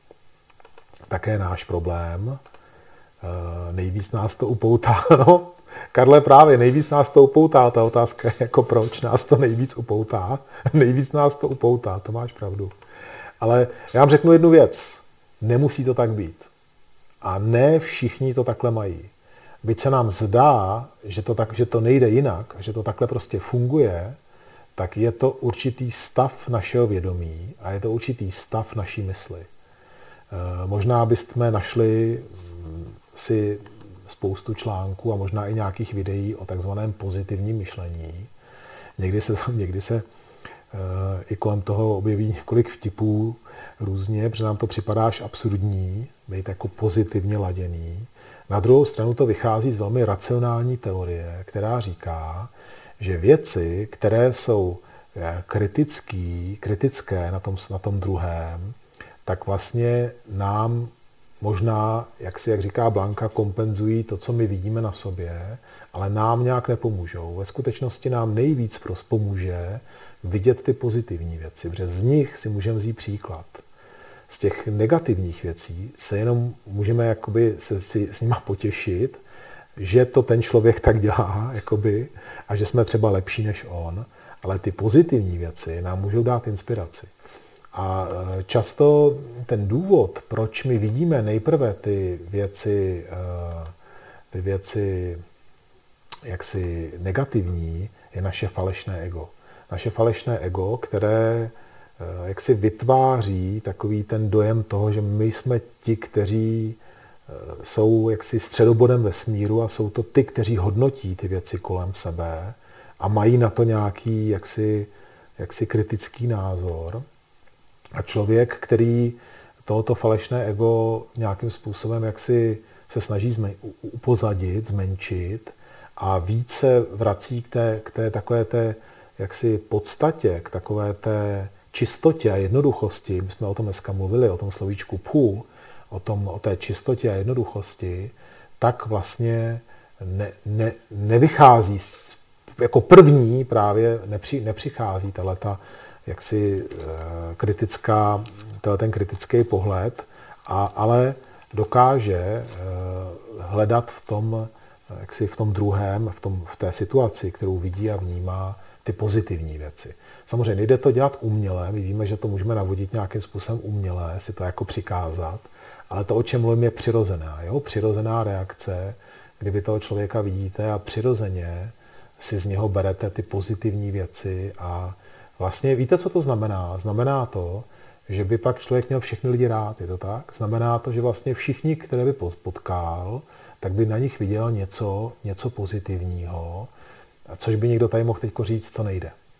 Také náš problém. Uh, nejvíc nás to upoutá. No, Karle, právě nejvíc nás to upoutá. Ta otázka je, jako proč nás to nejvíc upoutá. Nejvíc nás to upoutá, to máš pravdu. Ale já vám řeknu jednu věc. Nemusí to tak být. A ne všichni to takhle mají. Byť se nám zdá, že to, tak, že to nejde jinak, že to takhle prostě funguje, tak je to určitý stav našeho vědomí a je to určitý stav naší mysli. E, možná byste našli si spoustu článků a možná i nějakých videí o takzvaném pozitivním myšlení. Někdy se, někdy se i kolem toho objeví několik vtipů různě, protože nám to připadá až absurdní, být jako pozitivně laděný. Na druhou stranu to vychází z velmi racionální teorie, která říká, že věci, které jsou kritický, kritické na tom, na tom druhém, tak vlastně nám možná, jak si, jak říká Blanka, kompenzují to, co my vidíme na sobě, ale nám nějak nepomůžou. Ve skutečnosti nám nejvíc prostě pomůže vidět ty pozitivní věci, protože z nich si můžeme vzít příklad. Z těch negativních věcí se jenom můžeme jakoby se si s nima potěšit, že to ten člověk tak dělá jakoby, a že jsme třeba lepší než on, ale ty pozitivní věci nám můžou dát inspiraci. A často ten důvod, proč my vidíme nejprve ty věci, ty věci jaksi negativní, je naše falešné ego. Naše falešné ego, které jaksi vytváří takový ten dojem toho, že my jsme ti, kteří jsou jaksi středobodem vesmíru a jsou to ty, kteří hodnotí ty věci kolem sebe a mají na to nějaký jaksi, jaksi kritický názor. A člověk, který tohoto falešné ego nějakým způsobem jaksi se snaží zme, upozadit, zmenšit a více vrací k té, k té takové té jaksi podstatě, k takové té čistotě a jednoduchosti. My jsme o tom dneska mluvili, o tom slovíčku phu, o, tom, o té čistotě a jednoduchosti, tak vlastně ne, ne, nevychází, jako první právě nepři, nepřichází tato jaksi kritická, ten kritický pohled, a, ale dokáže hledat v tom, jaksi v tom druhém, v, tom, v té situaci, kterou vidí a vnímá, ty pozitivní věci. Samozřejmě nejde to dělat uměle, my víme, že to můžeme navodit nějakým způsobem uměle, si to jako přikázat, ale to, o čem mluvím, je přirozená. Jo? Přirozená reakce, kdy vy toho člověka vidíte a přirozeně si z něho berete ty pozitivní věci a vlastně víte, co to znamená? Znamená to, že by pak člověk měl všechny lidi rád, je to tak? Znamená to, že vlastně všichni, které by potkal, tak by na nich viděl něco, něco pozitivního, což by někdo tady mohl teď říct, to nejde.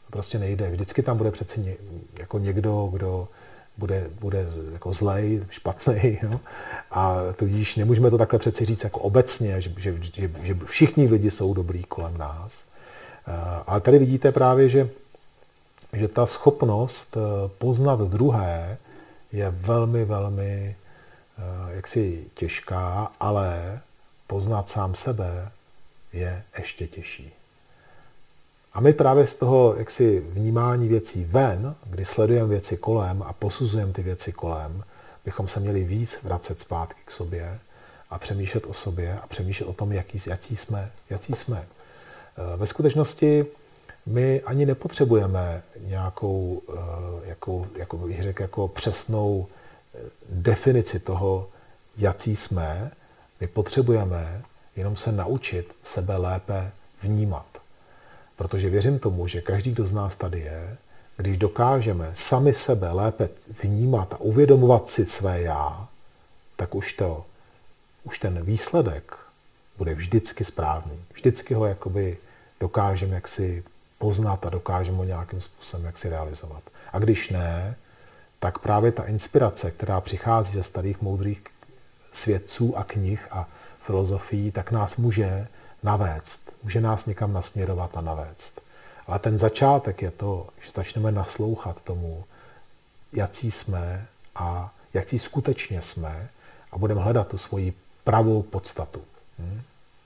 To prostě nejde. Vždycky tam bude přeci ně, jako někdo, kdo bude, bude jako zlej, špatný. Jo? A tudíž nemůžeme to takhle přeci říct jako obecně, že, že, že, že všichni lidi jsou dobrý kolem nás. Ale tady vidíte právě, že, že ta schopnost poznat druhé je velmi, velmi jaksi těžká, ale poznat sám sebe je ještě těžší. A my právě z toho jaksi vnímání věcí ven, kdy sledujeme věci kolem a posuzujeme ty věci kolem, bychom se měli víc vracet zpátky k sobě a přemýšlet o sobě a přemýšlet o tom, jaký, jaký jsme, jaký jsme. Ve skutečnosti my ani nepotřebujeme nějakou, jako, jako bych řekl, jako přesnou definici toho, jaký jsme. My potřebujeme jenom se naučit sebe lépe vnímat. Protože věřím tomu, že každý, kdo z nás tady je, když dokážeme sami sebe lépe vnímat a uvědomovat si své já, tak už, to, už ten výsledek bude vždycky správný. Vždycky ho jakoby dokážeme jaksi poznat a dokážeme ho nějakým způsobem jaksi realizovat. A když ne, tak právě ta inspirace, která přichází ze starých moudrých svědců a knih a filozofií, tak nás může navést. Může nás někam nasměrovat a navést. Ale ten začátek je to, že začneme naslouchat tomu, jací jsme a jací skutečně jsme a budeme hledat tu svoji pravou podstatu. Hm?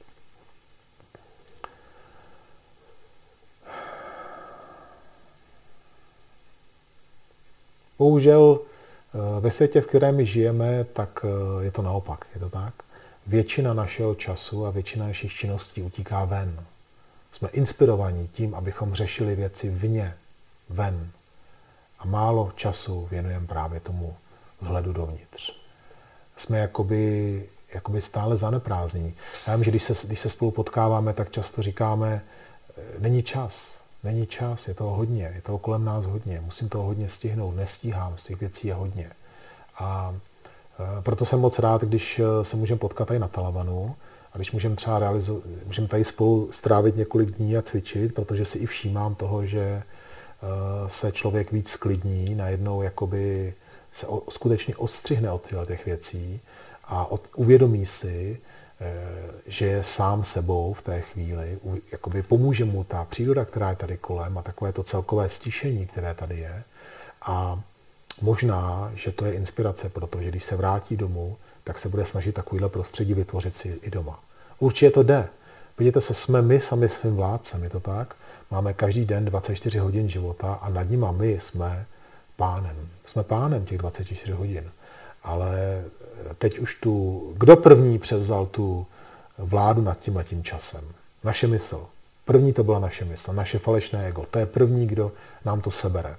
Bohužel ve světě, v kterém my žijeme, tak je to naopak. Je to tak? Většina našeho času a většina našich činností utíká ven. Jsme inspirovaní tím, abychom řešili věci vně, ven. A málo času věnujeme právě tomu vhledu dovnitř. Jsme jakoby, jakoby stále zaneprázdnění. Já vím, že když se, když se spolu potkáváme, tak často říkáme, není čas, není čas, je toho hodně, je toho kolem nás hodně, musím toho hodně stihnout, nestíhám, z těch věcí je hodně. A proto jsem moc rád, když se můžeme potkat tady na Talavanu a když můžeme třeba realizovat, můžeme tady spolu strávit několik dní a cvičit, protože si i všímám toho, že se člověk víc sklidní, najednou jakoby se skutečně odstřihne od těch věcí a od, uvědomí si, že je sám sebou v té chvíli, jakoby pomůže mu ta příroda, která je tady kolem a takové to celkové stišení, které tady je. A možná, že to je inspirace, protože když se vrátí domů, tak se bude snažit takovýhle prostředí vytvořit si i doma. Určitě to jde. Podívejte se, jsme my sami svým vládcem, je to tak? Máme každý den dvacet čtyři hodin života a nad nima my jsme pánem. Jsme pánem těch dvacet čtyři hodin. Ale teď už tu, kdo první převzal tu vládu nad tím a tím časem? Naše mysl. První to byla naše mysl, naše falešné ego. To je první, kdo nám to sebere.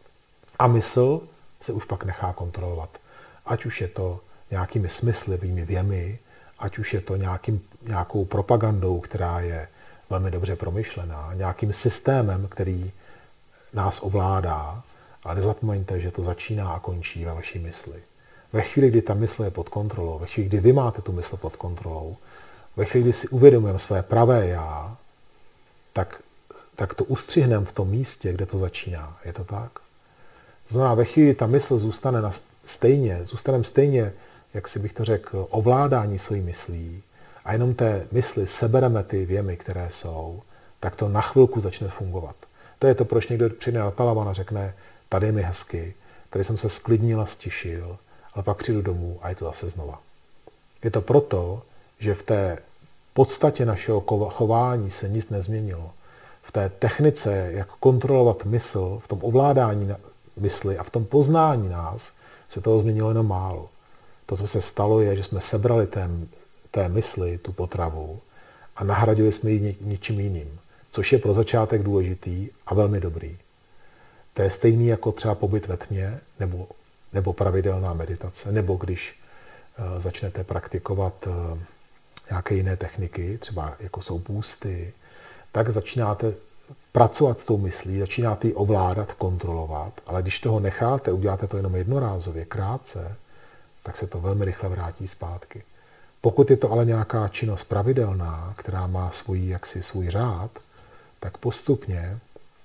A mysl se už pak nechá kontrolovat. Ať už je to nějakými smyslivými věmi, ať už je to nějakým, nějakou propagandou, která je velmi dobře promyšlená, nějakým systémem, který nás ovládá, ale nezapomeňte, že to začíná a končí ve vaší mysli. Ve chvíli, kdy ta mysl je pod kontrolou, ve chvíli, kdy vy máte tu mysl pod kontrolou, ve chvíli, kdy si uvědomujeme své pravé já, tak, tak to ustřihneme v tom místě, kde to začíná. Je to tak? To znamená, ve chvíli, kdy ta mysl zůstane na stejně, zůstaneme stejně, jak si bych to řekl, ovládání svojí myslí a jenom té mysli sebereme ty věmy, které jsou, tak to na chvilku začne fungovat. To je to, proč někdo přijde na Talavan a řekne, tady je mi hezky, tady jsem se sklidnil a stišil, ale pak přijdu domů a je to zase znova. Je to proto, že v té podstatě našeho chování se nic nezměnilo. V té technice, jak kontrolovat mysl, v tom ovládání mysli a v tom poznání nás se toho změnilo jenom málo. To, co se stalo, je, že jsme sebrali té, té mysli, tu potravu a nahradili jsme ji něčím jiným, což je pro začátek důležitý a velmi dobrý. To je stejný jako třeba pobyt ve tmě, nebo, nebo pravidelná meditace, nebo když uh, začnete praktikovat uh, nějaké jiné techniky, třeba jako jsou půsty, tak začínáte pracovat s tou myslí, začínáte ji ovládat, kontrolovat, ale když toho necháte, uděláte to jenom jednorázově, krátce, tak se to velmi rychle vrátí zpátky. Pokud je to ale nějaká činnost pravidelná, která má svůj, jaksi, svůj řád, tak postupně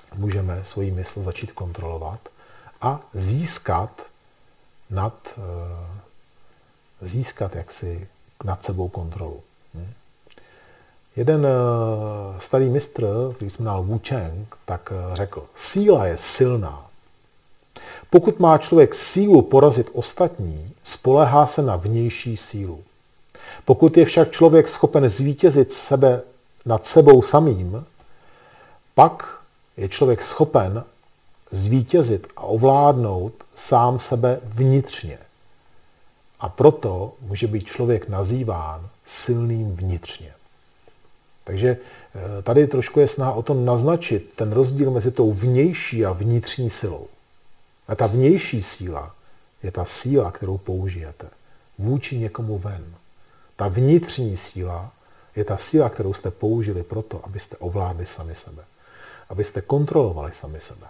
můžeme svoji mysl začít kontrolovat a získat nad, získat jaksi nad sebou kontrolu. Jeden starý mistr, který se jmenoval Wu Cheng, tak řekl, síla je silná. Pokud má člověk sílu porazit ostatní, spoléhá se na vnější sílu. Pokud je však člověk schopen zvítězit sebe nad sebou samým, pak je člověk schopen zvítězit a ovládnout sám sebe vnitřně. A proto může být člověk nazýván silným vnitřně. Takže tady trošku je snaha o to naznačit ten rozdíl mezi tou vnější a vnitřní silou. A ta vnější síla je ta síla, kterou použijete vůči někomu ven. Ta vnitřní síla je ta síla, kterou jste použili proto, abyste ovládli sami sebe. Abyste kontrolovali sami sebe.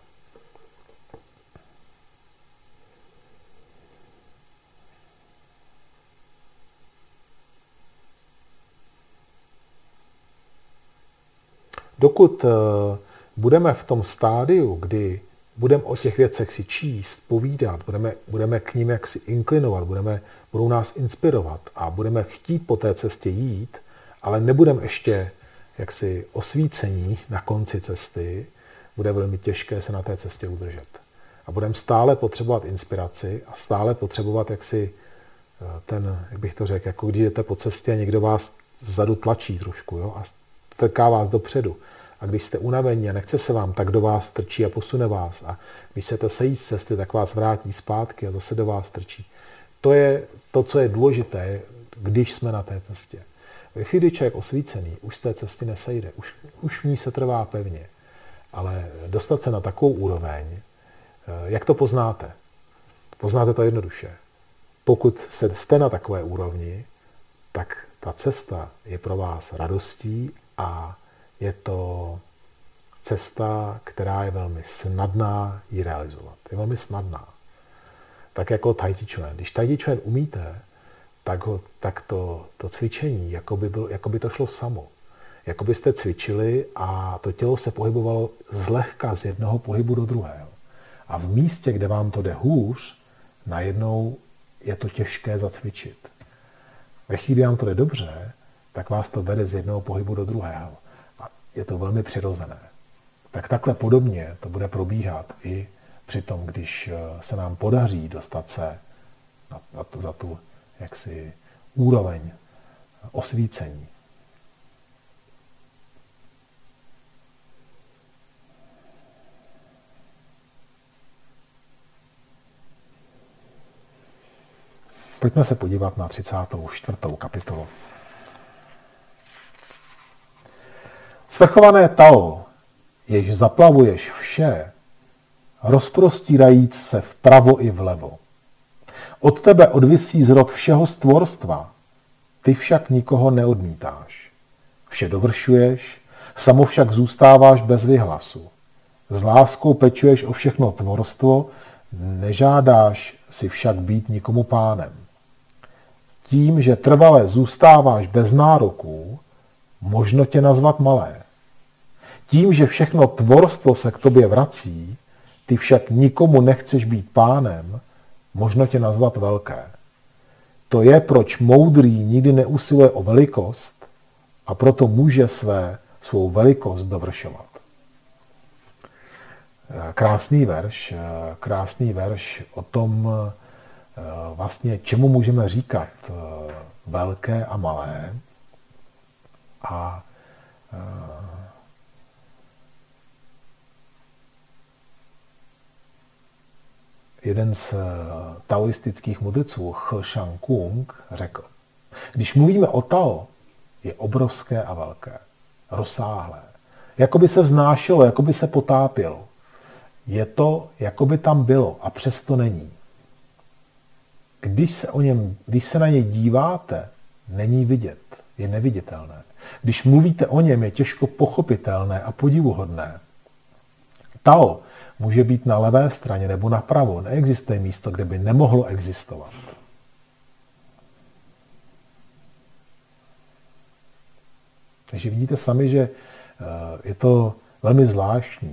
Dokud budeme v tom stádiu, kdy budeme o těch věcech si číst, povídat, budeme, budeme k ním jaksi inklinovat, budeme, budou nás inspirovat a budeme chtít po té cestě jít, ale nebudeme ještě jaksi osvícení na konci cesty, bude velmi těžké se na té cestě udržet. A budeme stále potřebovat inspiraci a stále potřebovat jaksi ten, jak bych to řekl, jako když jdete po cestě a někdo vás zadu tlačí trošku, jo, a strká vás dopředu. A když jste unavení a nechce se vám, tak do vás trčí a posune vás. A když chcete sejít z cesty, tak vás vrátí zpátky a zase do vás trčí. To je to, co je důležité, když jsme na té cestě. Ve chvíli, kdy člověk osvícený, už z té cesty nesejde, už, už v ní se trvá pevně. Ale dostat se na takovou úroveň, jak to poznáte? Poznáte to jednoduše. Pokud jste na takové úrovni, tak ta cesta je pro vás radostí a je to cesta, která je velmi snadná ji realizovat. Je velmi snadná. Tak jako Tai Chi Chuan. Když Tai Chi Chuan umíte, tak, ho, tak to, to cvičení, jako by, bylo, jako by to šlo samo. Jako byste cvičili a to tělo se pohybovalo zlehka z jednoho pohybu do druhého. A v místě, kde vám to jde hůř, najednou je to těžké zacvičit. Ve chvíli, kdy vám to jde dobře, tak vás to vede z jednoho pohybu do druhého. A je to velmi přirozené. Tak takhle podobně to bude probíhat i při tom, když se nám podaří dostat se na, na tu, za tu jaksi úroveň osvícení. Pojďme se podívat na třicátou čtvrtou kapitolu. Svrchované Tao, jež zaplavuješ vše, rozprostírajíc se vpravo i vlevo. Od tebe odvisí zrod všeho stvorstva, ty však nikoho neodmítáš. Vše dovršuješ, samo však zůstáváš bez vyhlasu. S láskou pečuješ o všechno tvorstvo, nežádáš si však být nikomu pánem. Tím, že trvale zůstáváš bez nároků, možno tě nazvat malé. Tím, že všechno tvorstvo se k tobě vrací, ty však nikomu nechceš být pánem, možno tě nazvat velké. To je, proč moudrý nikdy neusiluje o velikost a proto může své, svou velikost dovršovat. Krásný verš, krásný verš o tom, vlastně čemu můžeme říkat velké a malé. A jeden z taoistických mudrců, He Shangkung, řekl, když mluvíme o Tao, je obrovské a velké, rozsáhlé. Jakoby se vznášelo, jakoby se potápělo. Je to, jakoby tam bylo a přesto není. Když se, o něm, když se na něj díváte, není vidět, je neviditelné. Když mluvíte o něm, je těžko pochopitelné a podivuhodné. Tao může být na levé straně nebo napravo. Neexistuje místo, kde by nemohlo existovat. Takže vidíte sami, že je to velmi zvláštní.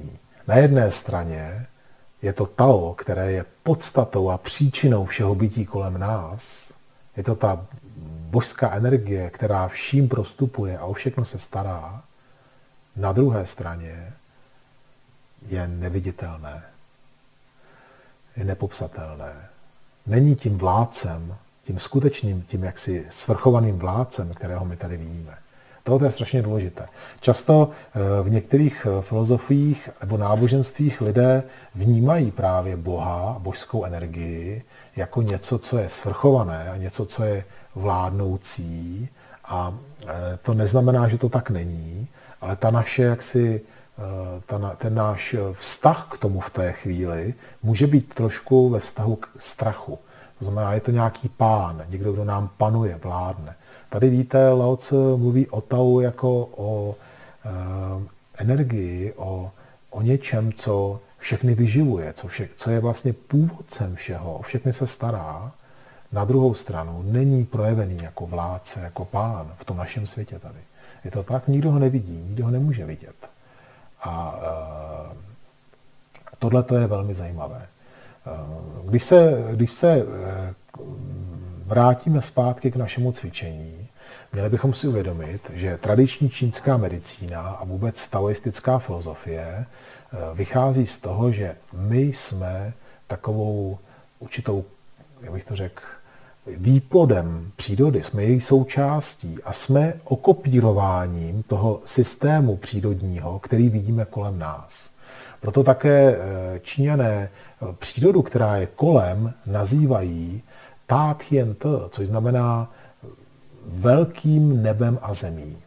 Na jedné straně je to Tao, které je podstatou a příčinou všeho bytí kolem nás. Je to ta božská energie, která vším prostupuje a o všechno se stará. Na druhé straně je neviditelné, je nepopsatelné. Není tím vládcem, tím skutečným, tím jaksi svrchovaným vládcem, kterého my tady vidíme. Tohle je strašně důležité. Často v některých filozofiích nebo náboženstvích lidé vnímají právě Boha, božskou energii, jako něco, co je svrchované a něco, co je vládnoucí. A to neznamená, že to tak není, ale ta naše jaksi, ta, ten náš vztah k tomu v té chvíli může být trošku ve vztahu k strachu. To znamená, je to nějaký pán, někdo, kdo nám panuje, vládne. Tady víte, Lao Tse mluví o Tao jako o e, energii, o, o něčem, co všechny vyživuje, co, vše, co je vlastně původcem všeho, o všechny se stará. Na druhou stranu není projevený jako vládce, jako pán v tom našem světě tady. Je to tak, nikdo ho nevidí, nikdo ho nemůže vidět. A e, tohle to je velmi zajímavé. E, když se, když se e, vrátíme zpátky k našemu cvičení, měli bychom si uvědomit, že tradiční čínská medicína a vůbec taoistická filozofie vychází z toho, že my jsme takovou určitou, jak bych to řekl, výplodem přírody, jsme její součástí a jsme okopírováním toho systému přírodního, který vidíme kolem nás. Proto také Číňané přírodu, která je kolem, nazývají Ta Tien Te, což znamená velkým nebem a zemí.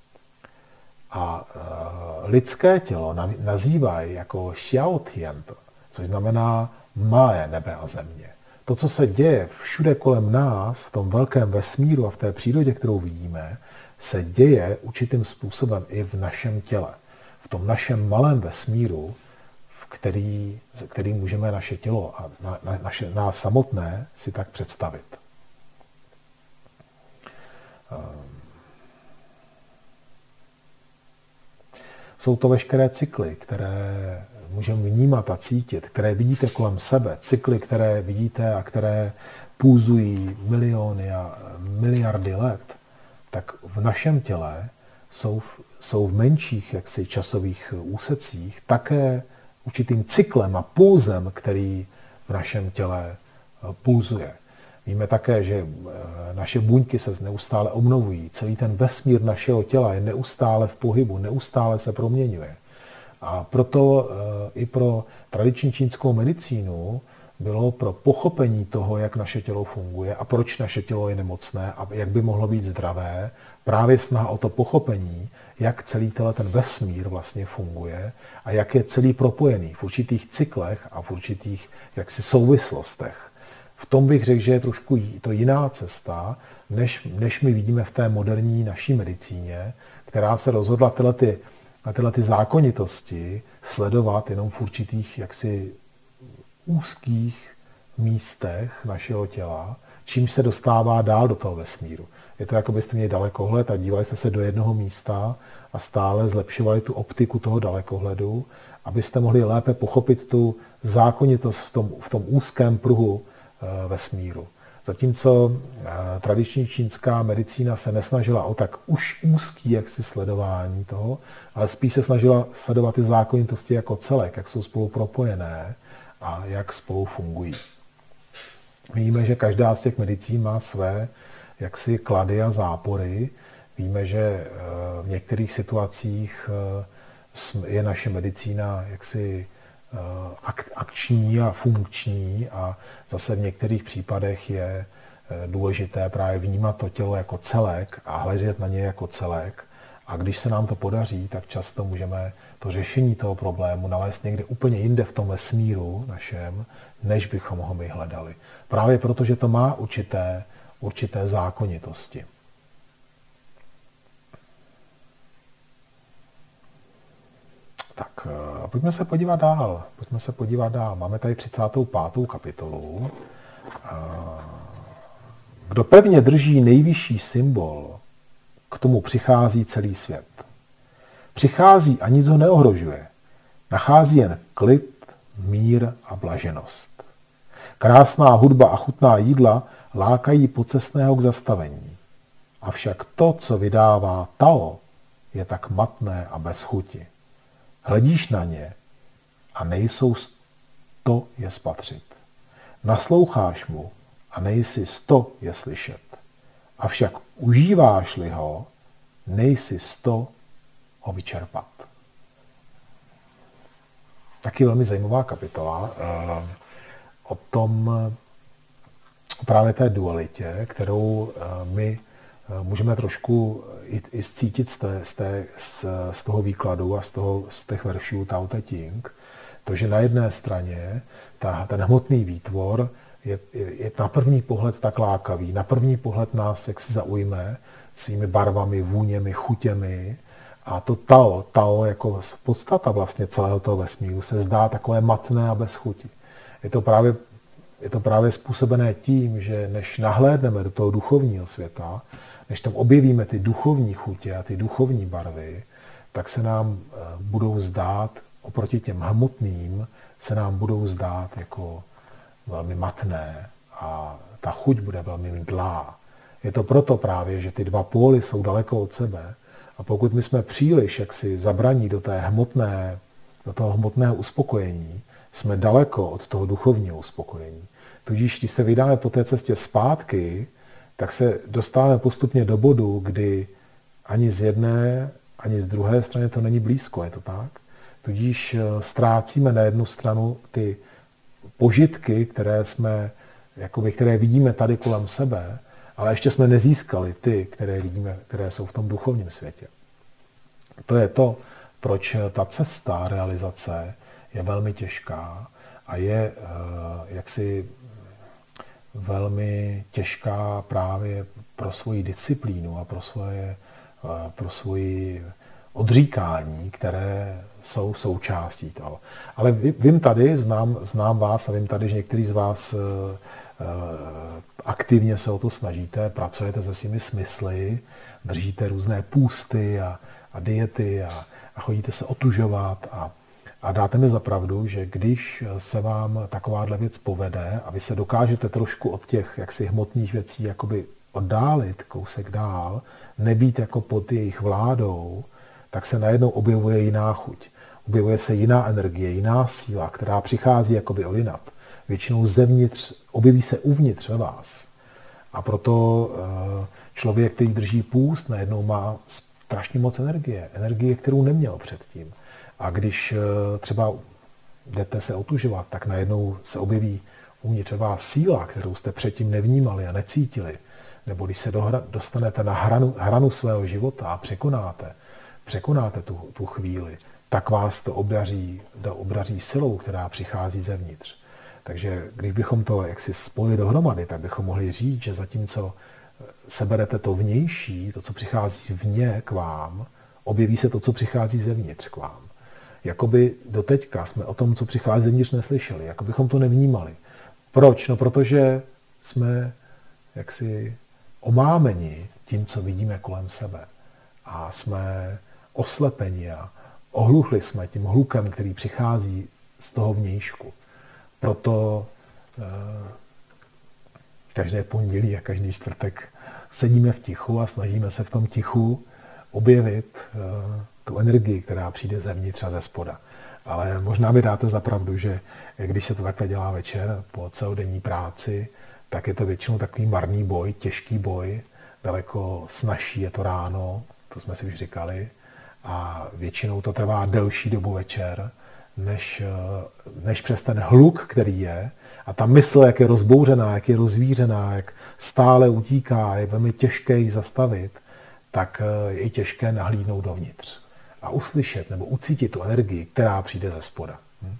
A e, lidské tělo nazývají jako Xiao Tien Te, což znamená malé nebe a země. To, co se děje všude kolem nás, v tom velkém vesmíru a v té přírodě, kterou vidíme, se děje určitým způsobem i v našem těle. V tom našem malém vesmíru, v který, který můžeme naše tělo a na, na, naše, nás samotné si tak představit. Jsou to veškeré cykly, které můžeme vnímat a cítit, které vidíte kolem sebe, cykly, které vidíte a které pulzují miliony a miliardy let, tak v našem těle jsou, jsou v menších jaksi časových úsecích také určitým cyklem a pulzem, který v našem těle pulzuje. Víme také, že naše buňky se neustále obnovují, celý ten vesmír našeho těla je neustále v pohybu, neustále se proměňuje. A proto i pro tradiční čínskou medicínu bylo pro pochopení toho, jak naše tělo funguje a proč naše tělo je nemocné a jak by mohlo být zdravé, právě snaha o to pochopení, jak celý ten vesmír vlastně funguje a jak je celý propojený v určitých cyklech a v určitých jaksi souvislostech. V tom bych řekl, že je trošku to jiná cesta, než, než my vidíme v té moderní naší medicíně, která se rozhodla tyhle, ty, tyhle ty zákonitosti sledovat jenom v určitých jaksi úzkých místech našeho těla, čímž se dostává dál do toho vesmíru. Je to, jako byste měli dalekohled a dívali jste se do jednoho místa a stále zlepšovali tu optiku toho dalekohledu, abyste mohli lépe pochopit tu zákonitost v tom, v tom úzkém pruhu vesmíru. Zatímco tradiční čínská medicína se nesnažila o tak už úzký jaksi sledování toho, ale spíš se snažila sledovat ty zákonitosti jako celek, jak jsou spolu propojené a jak spolu fungují. Víme, že každá z těch medicín má své jaksi klady a zápory. Víme, že v některých situacích je naše medicína jaksi akční a funkční a zase v některých případech je důležité právě vnímat to tělo jako celek a hledět na něj jako celek. A když se nám to podaří, tak často můžeme to řešení toho problému nalézt někde úplně jinde v tom vesmíru našem, než bychom ho my hledali. Právě proto, že to má určité, určité zákonitosti. Tak, pojďme se podívat dál. Pojďme se podívat dál. Máme tady třicátou pátou kapitolu. Kdo pevně drží nejvyšší symbol, k tomu přichází celý svět. Přichází a nic ho neohrožuje. Nachází jen klid, mír a blaženost. Krásná hudba a chutná jídla lákají pocestného k zastavení. Avšak to, co vydává Tao, je tak matné a bez chuti. Hledíš na ně a nejsou sto je spatřit. Nasloucháš mu a nejsi sto je slyšet. Avšak užíváš-li ho, nejsi sto ho vyčerpat. Taky velmi zajímavá kapitola eh, o tom právě té dualitě, kterou eh, my eh, můžeme trošku i, i cítit z, té, z, té, z, z toho výkladu a z, toho, z těch veršů Tao Te Ching. To, že na jedné straně ta, ten hmotný výtvor je, je, je na první pohled tak lákavý, na první pohled nás jaksi zaujme svými barvami, vůněmi, chutěmi, a to Tao, Tao jako podstata vlastně celého toho vesmíru se zdá takové matné a bez chuti. Je to právě, je to právě způsobené tím, že než nahlédneme do toho duchovního světa, než tam objevíme ty duchovní chutě a ty duchovní barvy, tak se nám budou zdát, oproti těm hmotným, se nám budou zdát jako velmi matné a ta chuť bude velmi mdlá. Je to proto právě, že ty dva póly jsou daleko od sebe a pokud my jsme příliš jaksi zabraní do té hmotné, do toho hmotného uspokojení, jsme daleko od toho duchovního uspokojení. Tudíž, když se vydáme po té cestě zpátky, tak se dostáváme postupně do bodu, kdy ani z jedné, ani z druhé strany to není blízko, je to tak? Tudíž ztrácíme na jednu stranu ty požitky, které jsme, jakoby, které vidíme tady kolem sebe, ale ještě jsme nezískali ty, které vidíme, které jsou v tom duchovním světě. To je to, proč ta cesta realizace je velmi těžká a je jaksi velmi těžká právě pro svoji disciplínu a pro svoje, pro svoji odříkání, které jsou součástí toho. Ale vím tady, znám, znám vás a vím tady, že některý z vás aktivně se o to snažíte, pracujete se svými smysly, držíte různé půsty a, a diety a, a chodíte se otužovat a, a dáte mi za pravdu, že když se vám takováhle věc povede a vy se dokážete trošku od těch jaksi hmotných věcí jakoby oddálit kousek dál, nebýt jako pod jejich vládou, tak se najednou objevuje jiná chuť. Objevuje se jiná energie, jiná síla, která přichází jakoby odinat. Většinou zevnitř, objeví se uvnitř ve vás. A proto člověk, který drží půst, najednou má strašně moc energie. Energie, kterou neměl předtím. A když třeba jdete se otužovat, tak najednou se objeví uvnitř ve vás síla, kterou jste předtím nevnímali a necítili. Nebo když se dohra, dostanete na hranu, hranu svého života a překonáte, překonáte tu, tu chvíli, tak vás to obdaří, to obdaří silou, která přichází zevnitř. Takže když bychom to jaksi spojili dohromady, tak bychom mohli říct, že zatímco seberete to vnější, to, co přichází vně k vám, objeví se to, co přichází zevnitř k vám. Jakoby doteďka jsme o tom, co přichází zevnitř, neslyšeli, jako bychom to nevnímali. Proč? No protože jsme jaksi omámeni tím, co vidíme kolem sebe. A jsme oslepeni a ohluchli jsme tím hlukem, který přichází z toho vnějšku. Proto eh, každé pondělí a každý čtvrtek sedíme v tichu a snažíme se v tom tichu objevit eh, tu energii, která přijde zevnitř a ze spoda. Ale možná mi dáte za pravdu, že když se to takhle dělá večer po celodenní práci, tak je to většinou takový marný boj, těžký boj, daleko snazší je to ráno, to jsme si už říkali, a většinou to trvá delší dobu večer, než, než přes ten hluk, který je, a ta mysl, jak je rozbouřená, jak je rozvířená, jak stále utíká, je velmi těžké ji zastavit, tak je i těžké nahlídnout dovnitř a uslyšet nebo ucítit tu energii, která přijde ze spoda. Hm?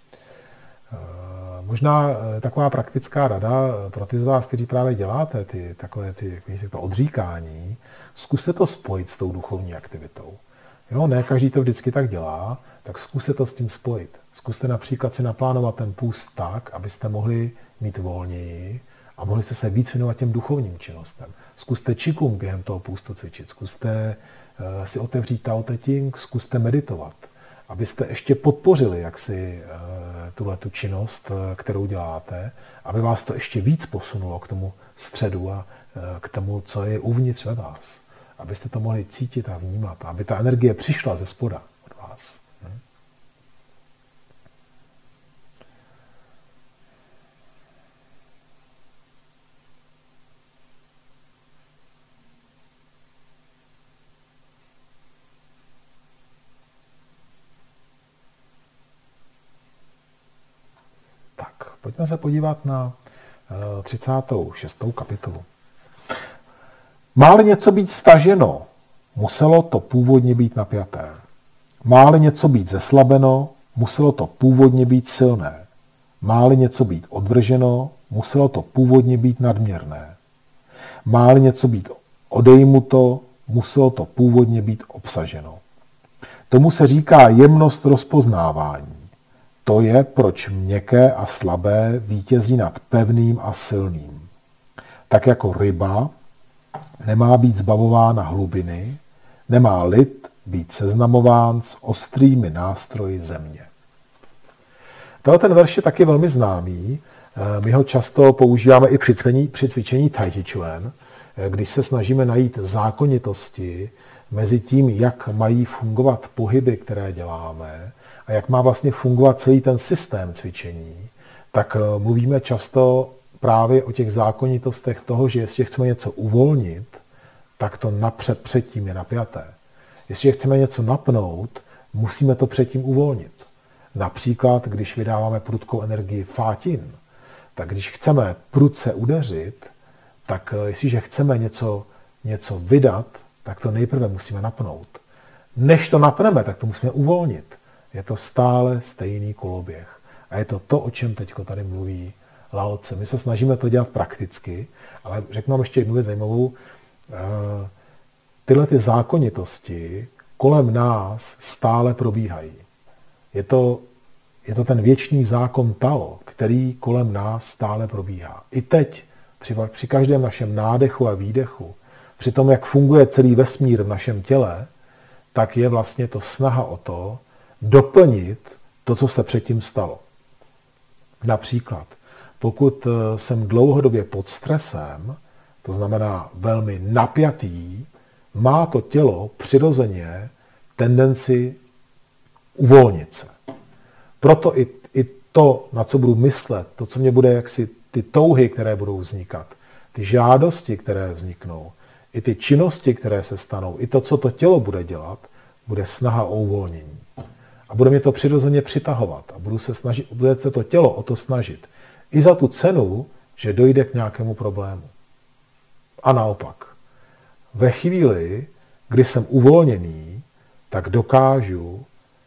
Možná taková praktická rada pro ty z vás, kteří právě děláte ty, takové ty, to odříkání, zkuste to spojit s tou duchovní aktivitou. Jo, ne každý to vždycky tak dělá, tak zkuste to s tím spojit. Zkuste například si naplánovat ten půst tak, abyste mohli mít volněji a mohli jste se víc věnovat těm duchovním činnostem. Zkuste čikung během toho půstu cvičit, zkuste uh, si otevřít Tao Te Ching, zkuste meditovat. abyste ještě podpořili jaksi tuhle tu činnost, kterou děláte, aby vás to ještě víc posunulo k tomu středu a k tomu, co je uvnitř ve vás. Abyste to mohli cítit a vnímat, aby ta energie přišla ze spoda od vás. Tak, pojďme se podívat na třicátou šestou kapitolu. Má-li něco být staženo, muselo to původně být napjaté. Má-li něco být zeslabeno, muselo to původně být silné. Má-li něco být odvrženo, muselo to původně být nadměrné. Má-li něco být odejmuto, muselo to původně být obsaženo. Tomu se říká jemnost rozpoznávání. To je, proč měkké a slabé vítězí nad pevným a silným. Tak jako ryba nemá být zbavována hlubiny, nemá lid být seznamován s ostrými nástroji země. Tohle ten verš je taky velmi známý. My ho často používáme i při cvičení, při cvičení Tai Chi Chuan, když se snažíme najít zákonitosti mezi tím, jak mají fungovat pohyby, které děláme, a jak má vlastně fungovat celý ten systém cvičení, tak mluvíme často právě o těch zákonitostech toho, že jestli chceme něco uvolnit, tak to napřed předtím je napjaté. Jestli chceme něco napnout, musíme to předtím uvolnit. Například, když vydáváme prudkou energii fátin, tak když chceme prudce udeřit, tak jestliže chceme něco, něco vydat, tak to nejprve musíme napnout. Než to napneme, tak to musíme uvolnit. Je to stále stejný koloběh. A je to to, o čem teď tady mluví Lao Tse. My se snažíme to dělat prakticky, ale řeknu vám ještě jednu věc zajímavou. Tyhle ty zákonitosti kolem nás stále probíhají. Je to, je to ten věčný zákon Tao, který kolem nás stále probíhá. I teď, při, při každém našem nádechu a výdechu, při tom, jak funguje celý vesmír v našem těle, tak je vlastně to snaha o to doplnit to, co se předtím stalo. Například, pokud jsem dlouhodobě pod stresem, to znamená velmi napjatý, má to tělo přirozeně tendenci uvolnit se. Proto i, i to, na co budu myslet, to, co mě bude jaksi, ty touhy, které budou vznikat, ty žádosti, které vzniknou, i ty činnosti, které se stanou, i to, co to tělo bude dělat, bude snaha o uvolnění. A bude mě to přirozeně přitahovat a budu se snažit, bude se to tělo o to snažit. I za tu cenu, že dojde k nějakému problému. A naopak. Ve chvíli, kdy jsem uvolněný, tak dokážu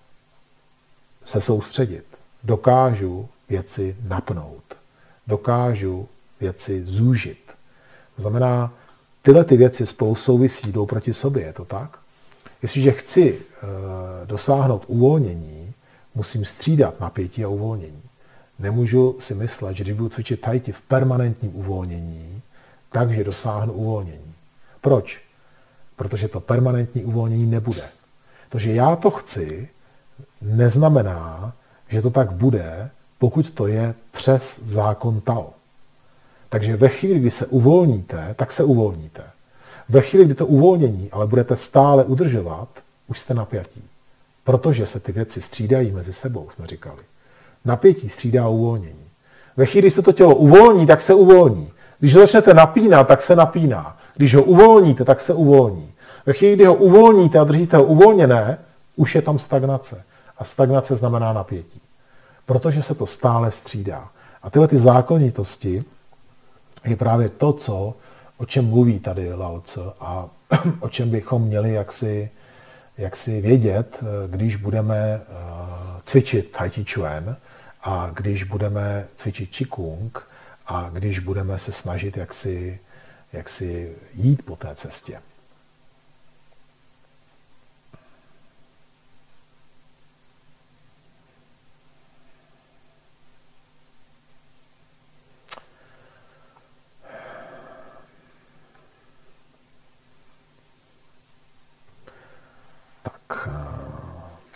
se soustředit. Dokážu věci napnout. Dokážu věci zúžit. To znamená, tyhle ty věci spolu souvisí, jdou proti sobě, je to tak? Jestliže chci e, dosáhnout uvolnění, musím střídat napětí a uvolnění. Nemůžu si myslet, že když budu cvičit tai chi v permanentním uvolnění, takže dosáhnu uvolnění. Proč? Protože to permanentní uvolnění nebude. To, že já to chci, neznamená, že to tak bude, pokud to je přes zákon Tao. Takže ve chvíli, kdy se uvolníte, tak se uvolníte. Ve chvíli, kdy to uvolnění ale budete stále udržovat, už jste napjatí. Protože se ty věci střídají mezi sebou, jsme říkali. Napětí střídá uvolnění. Ve chvíli, kdy se to tělo uvolní, tak se uvolní. Když ho začnete napínat, tak se napíná. Když ho uvolníte, tak se uvolní. Ve chvíli, kdy ho uvolníte a držíte ho uvolněné, už je tam stagnace. A stagnace znamená napětí. Protože se to stále střídá. A tyhle ty zákonitosti je právě to, co, o čem mluví tady Lao Tse a o čem bychom měli jaksi, jaksi vědět, když budeme cvičit Tai Chi Chuan a když budeme cvičit Qigong a když budeme se snažit jaksi, jaksi jít po té cestě.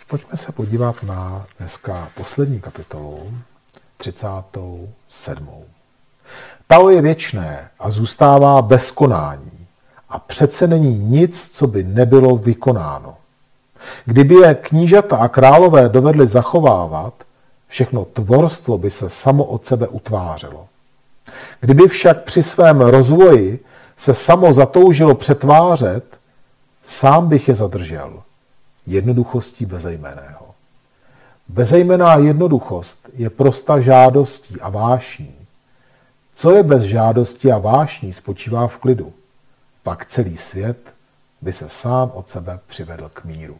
pojďme se podívat na dneska poslední kapitolu, třicátou sedmou. Tao je věčné a zůstává bez konání a přece není nic, co by nebylo vykonáno. Kdyby je knížata a králové dovedli zachovávat, všechno tvorstvo by se samo od sebe utvářelo. Kdyby však při svém rozvoji se samo zatoužilo přetvářet, sám bych je zadržel jednoduchostí bezejmenného. Bezejmenná jednoduchost je prosta žádostí a vášní. Co je bez žádosti a vášní, spočívá v klidu. Pak celý svět by se sám od sebe přivedl k míru.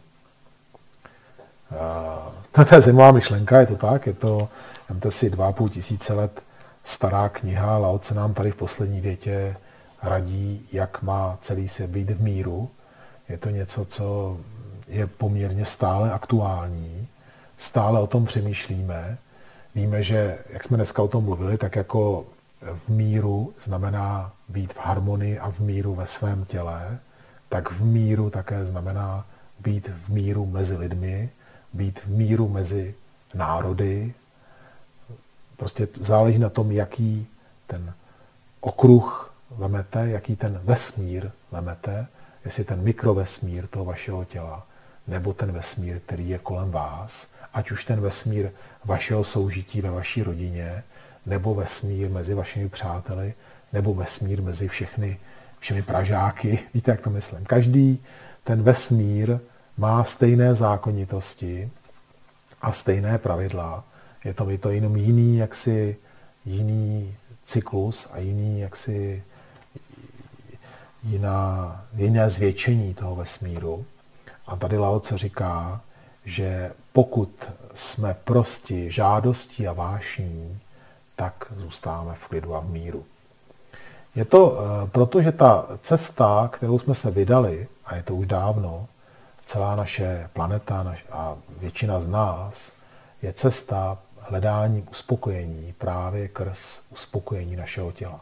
Uh, to je zajímavá myšlenka, je to tak, je to, vemte si, dva a půl tisíce let stará kniha, Lao Tse nám tady v poslední větě radí, jak má celý svět být v míru. Je to něco, co je poměrně stále aktuální, stále o tom přemýšlíme. Víme, že, jak jsme dneska o tom mluvili, tak jako v míru znamená být v harmonii a v míru ve svém těle, tak v míru také znamená být v míru mezi lidmi, být v míru mezi národy. Prostě záleží na tom, jaký ten okruh vemete, jaký ten vesmír vemete, jestli ten mikrovesmír toho vašeho těla, nebo ten vesmír, který je kolem vás, ať už ten vesmír vašeho soužití ve vaší rodině, nebo vesmír mezi vašimi přáteli, nebo vesmír mezi všechny, všemi Pražáky. Víte, jak to myslím? Každý ten vesmír má stejné zákonitosti a stejné pravidla. Je to, je to jenom jiný, jaksi, jiný cyklus a jiný, jaksi, jiná, jiné zvětšení toho vesmíru. A tady Lao Tse říká, že pokud jsme prosti žádostí a vášní, tak zůstáváme v klidu a v míru. Je to, protože ta cesta, kterou jsme se vydali, a je to už dávno, celá naše planeta a většina z nás, je cesta hledáním uspokojení právě krz uspokojení našeho těla.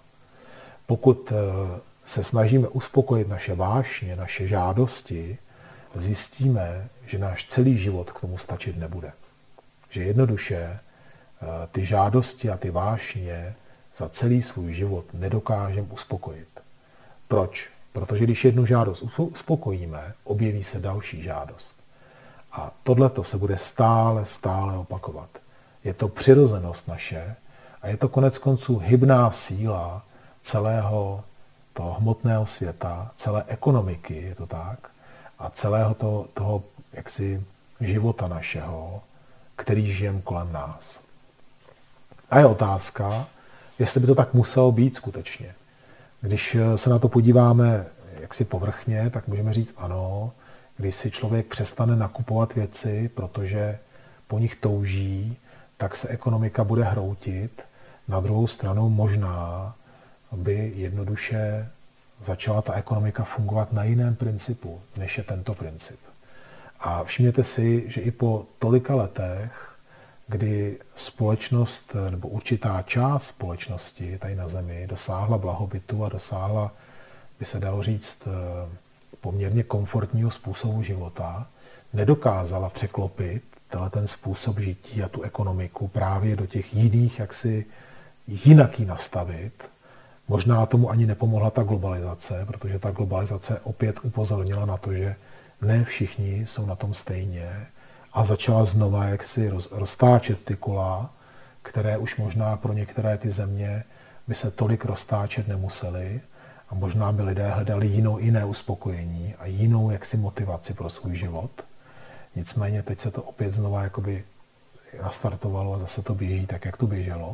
Pokud se snažíme uspokojit naše vášně, naše žádosti, zjistíme, že náš celý život k tomu stačit nebude. Že jednoduše ty žádosti a ty vášně za celý svůj život nedokážeme uspokojit. Proč? Protože když jednu žádost uspokojíme, objeví se další žádost. A tohleto se bude stále, stále opakovat. Je to přirozenost naše a je to konec konců hybná síla celého toho hmotného světa, celé ekonomiky, je to tak, a celého toho, toho jaksi života našeho, který žijeme kolem nás. A je otázka, jestli by to tak muselo být skutečně. Když se na to podíváme jaksi povrchně, tak můžeme říct ano, když si člověk přestane nakupovat věci, protože po nich touží, tak se ekonomika bude hroutit. Na druhou stranu možná by jednoduše začala ta ekonomika fungovat na jiném principu, než je tento princip. A všimněte si, že i po tolika letech, kdy společnost nebo určitá část společnosti tady na Zemi dosáhla blahobytu a dosáhla, by se dalo říct, poměrně komfortního způsobu života, nedokázala překlopit tenhle ten způsob žití a tu ekonomiku právě do těch jiných, jak si jinak ji nastavit. Možná tomu ani nepomohla ta globalizace, protože ta globalizace opět upozornila na to, že ne všichni jsou na tom stejně a začala znova jaksi roztáčet ty kola, které už možná pro některé ty země by se tolik roztáčet nemusely a možná by lidé hledali jinou, jiné uspokojení a jinou jaksi motivaci pro svůj život. Nicméně teď se to opět znova jakoby nastartovalo a zase to běží tak, jak to běželo.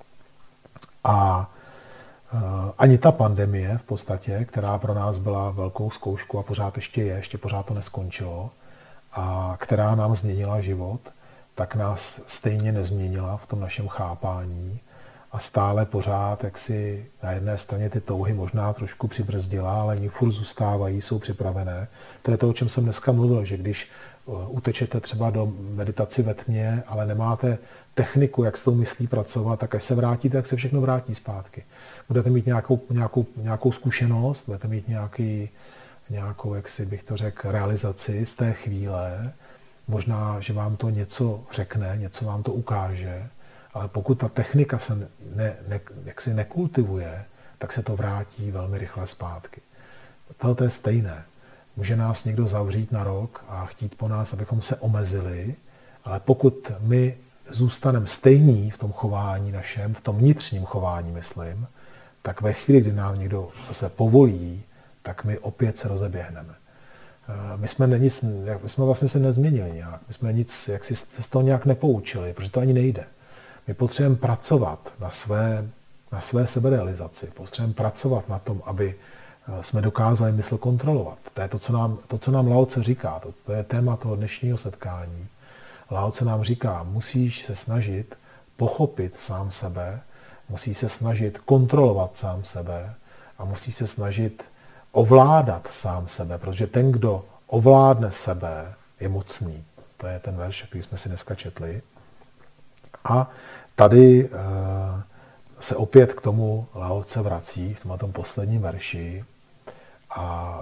A ani ta pandemie v podstatě, která pro nás byla velkou zkouškou a pořád ještě je, ještě pořád to neskončilo, a která nám změnila život, tak nás stejně nezměnila v tom našem chápání a stále pořád, jak si na jedné straně ty touhy možná trošku přibrzdila, ale oni furt zůstávají, jsou připravené. To je to, o čem jsem dneska mluvil, že když utečete třeba do meditaci ve tmě, ale nemáte techniku, jak s tou myslí pracovat, tak až se vrátíte, tak se všechno vrátí zpátky. Budete mít nějakou, nějakou, nějakou zkušenost, budete mít nějaký, nějakou, jak si bych to řekl, realizaci z té chvíle, možná, že vám to něco řekne, něco vám to ukáže, ale pokud ta technika se ne, ne, jaksi nekultivuje, tak se to vrátí velmi rychle zpátky. Tohle je stejné. Může nás někdo zavřít na rok a chtít po nás, abychom se omezili, ale pokud my zůstaneme stejní v tom chování našem, v tom vnitřním chování, myslím, tak ve chvíli, kdy nám někdo zase povolí, tak my opět se rozeběhneme. My jsme, nic, my jsme vlastně se nezměnili nějak, my jsme nic, jak si se z toho nějak nepoučili, protože to ani nejde. My potřebujeme pracovat na své, na své seberealizaci, potřebujeme pracovat na tom, aby jsme dokázali mysl kontrolovat. To je to, co nám, to, co nám Lao Tse říká, to, to je téma toho dnešního setkání. Lao Tse nám říká, musíš se snažit pochopit sám sebe, musíš se snažit kontrolovat sám sebe a musíš se snažit ovládat sám sebe, protože ten, kdo ovládne sebe, je mocný. To je ten verš, který jsme si dneska četli. A tady se opět k tomu Lao Tse vrací v tom, tom posledním verši a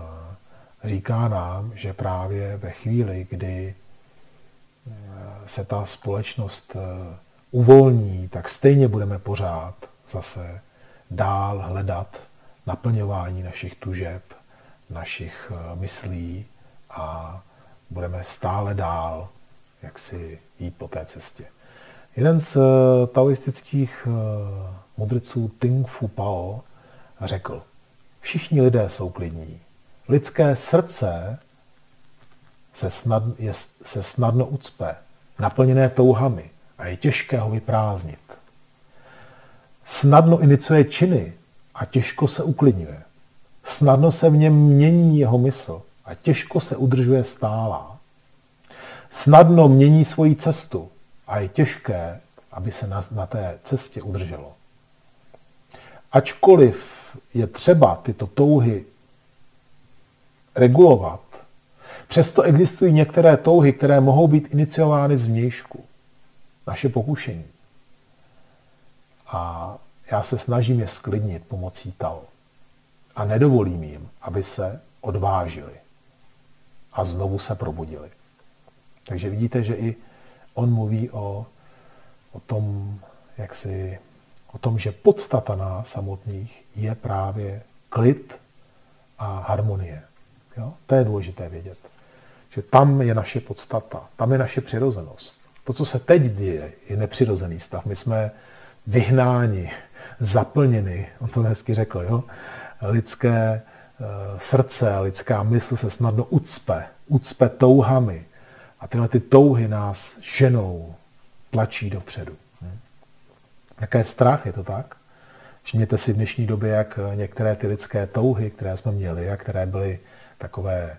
říká nám, že právě ve chvíli, kdy se ta společnost uvolní, tak stejně budeme pořád zase dál hledat naplňování našich tužeb, našich myslí a budeme stále dál jak si jít po té cestě. Jeden z taoistických mudrců Ting Fu Pao řekl, všichni lidé jsou klidní. Lidské srdce se, snad, je, se snadno ucpe, naplněné touhami a je těžké ho vyprázdnit. Snadno iniciuje činy a těžko se uklidňuje. Snadno se v něm mění jeho mysl a těžko se udržuje stálá. Snadno mění svoji cestu a je těžké, aby se na, na té cestě udrželo. Ačkoliv je třeba tyto touhy regulovat, přesto existují některé touhy, které mohou být iniciovány zvnějšku. Naše pokušení. A já se snažím je sklidnit pomocí Tao. A nedovolím jim, aby se odvážili. A znovu se probudili. Takže vidíte, že i on mluví o, o tom, jak si, o tom, že podstata nás samotných je právě klid a harmonie. Jo? To je důležité vědět. Že tam je naše podstata, tam je naše přirozenost. To, co se teď děje, je nepřirozený stav. My jsme vyhnáni, zaplněni, on to hezky řekl, jo? Lidské srdce, lidská mysl se snadno ucpe, ucpe touhami. A tyhle ty touhy nás ženou, tlačí dopředu. Jaké strach, je to tak? Všimněte si v dnešní době, jak některé ty lidské touhy, které jsme měli a které byly takové,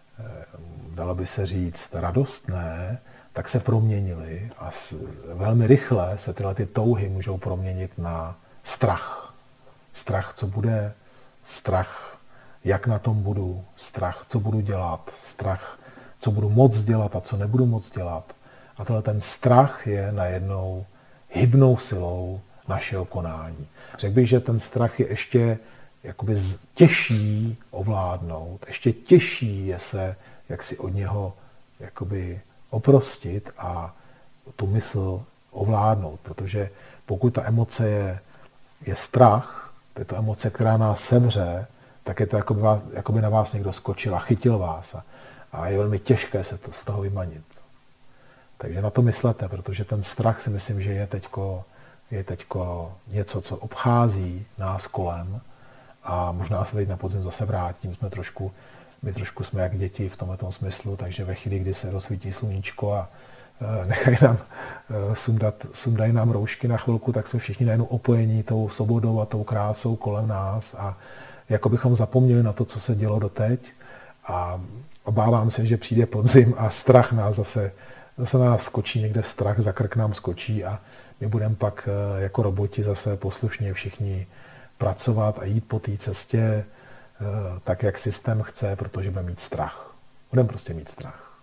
dalo by se říct, radostné, tak se proměnily a velmi rychle se tyhle ty touhy můžou proměnit na strach. Strach, co bude, strach, jak na tom budu, strach, co budu dělat, strach, co budu moc dělat a co nebudu moc dělat. A tenhle ten strach je najednou hybnou silou našeho konání. Řekl bych, že ten strach je ještě jakoby těžší ovládnout, ještě těžší je se jaksi od něho jakoby oprostit a tu mysl ovládnout, protože pokud ta emoce je, je strach, to je to emoce, která nás sevře, tak je to, jako by, vás, jako by na vás někdo skočil a chytil vás a, a je velmi těžké se to, z toho vymanit. Takže na to myslete, protože ten strach si myslím, že je teďko, je teďko něco, co obchází nás kolem a možná se teď na podzim zase vrátím, jsme trošku My trošku jsme jak děti v tomto smyslu, takže ve chvíli, kdy se rozsvítí sluníčko a nechají nám, sundat, sundají nám roušky na chvilku, tak jsme všichni najednou opojení tou svobodou a tou krásou kolem nás a jako bychom zapomněli na to, co se dělo doteď a obávám se, že přijde podzim a strach nás zase, zase na nás skočí, někde strach za krk nám skočí a my budeme pak jako roboti zase poslušně všichni pracovat a jít po té cestě tak, jak systém chce, protože bude mít strach. Budeme prostě mít strach.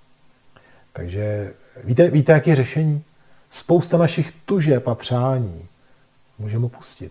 Takže víte, víte, jaké je řešení? Spousta našich tužeb a přání můžeme opustit.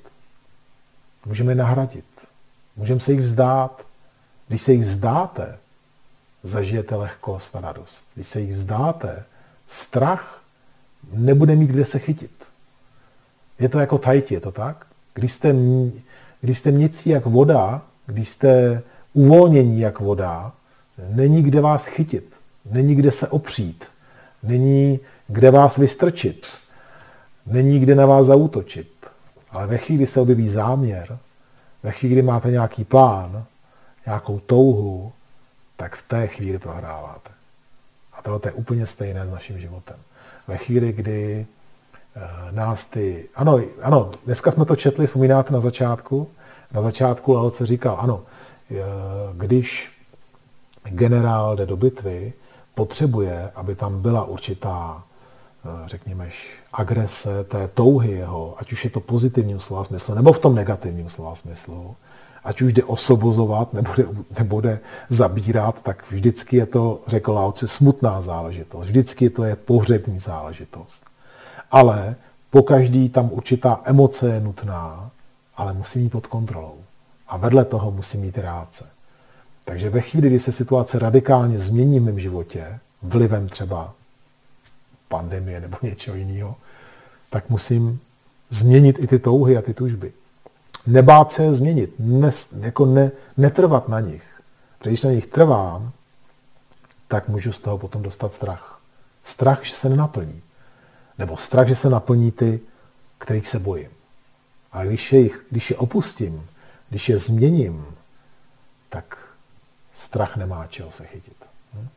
Můžeme je nahradit. Můžeme se jich vzdát. Když se jich vzdáte, zažijete lehkost a radost. Když se jich vzdáte, strach nebude mít kde se chytit. Je to jako tajti, je to tak? Když jste, když jste měcí jak voda, když jste uvolnění jak voda, není kde vás chytit, není kde se opřít, není kde vás vystrčit, není kde na vás zaútočit. Ale ve chvíli, kdy se objeví záměr, ve chvíli, kdy máte nějaký plán, nějakou touhu, tak v té chvíli prohráváte. A tohle je úplně stejné s naším životem. Ve chvíli, kdy nás ty... Ano, ano, dneska jsme to četli, vzpomínáte na začátku? Na začátku Lao Tse říkal, ano, když generál jde do bitvy, potřebuje, aby tam byla určitá, řekněme, agrese té touhy jeho, ať už je to pozitivním slova smyslu, nebo v tom negativním slova smyslu, ať už jde osobozovat, nebo jde, nebo jde zabírat, tak vždycky je to, řekl Lao Tse, smutná záležitost. Vždycky to je pohřební záležitost. Ale pokaždý tam určitá emoce je nutná, ale musí mít pod kontrolou. A vedle toho musí mít reakce. Takže ve chvíli, kdy se situace radikálně změní v mém životě, vlivem třeba pandemie nebo něčeho jiného, tak musím změnit i ty touhy a ty tužby. Nebát se je změnit, ne, jako ne, netrvat na nich. Protože když na nich trvám, tak můžu z toho potom dostat strach. Strach, že se nenaplní. Nebo strach, že se naplní ty, kterých se bojím. Ale když je, když je opustím, když je změním, tak strach nemá čeho se chytit. Hm?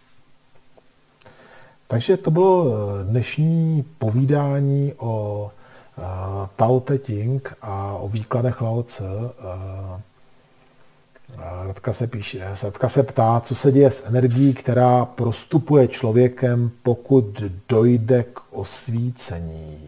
Takže to bylo dnešní povídání o uh, Tao Te Ching a o výkladech Lao Tse. Uh, Radka se, píše, Radka se ptá, co se děje s energií, která prostupuje člověkem, pokud dojde k osvícení.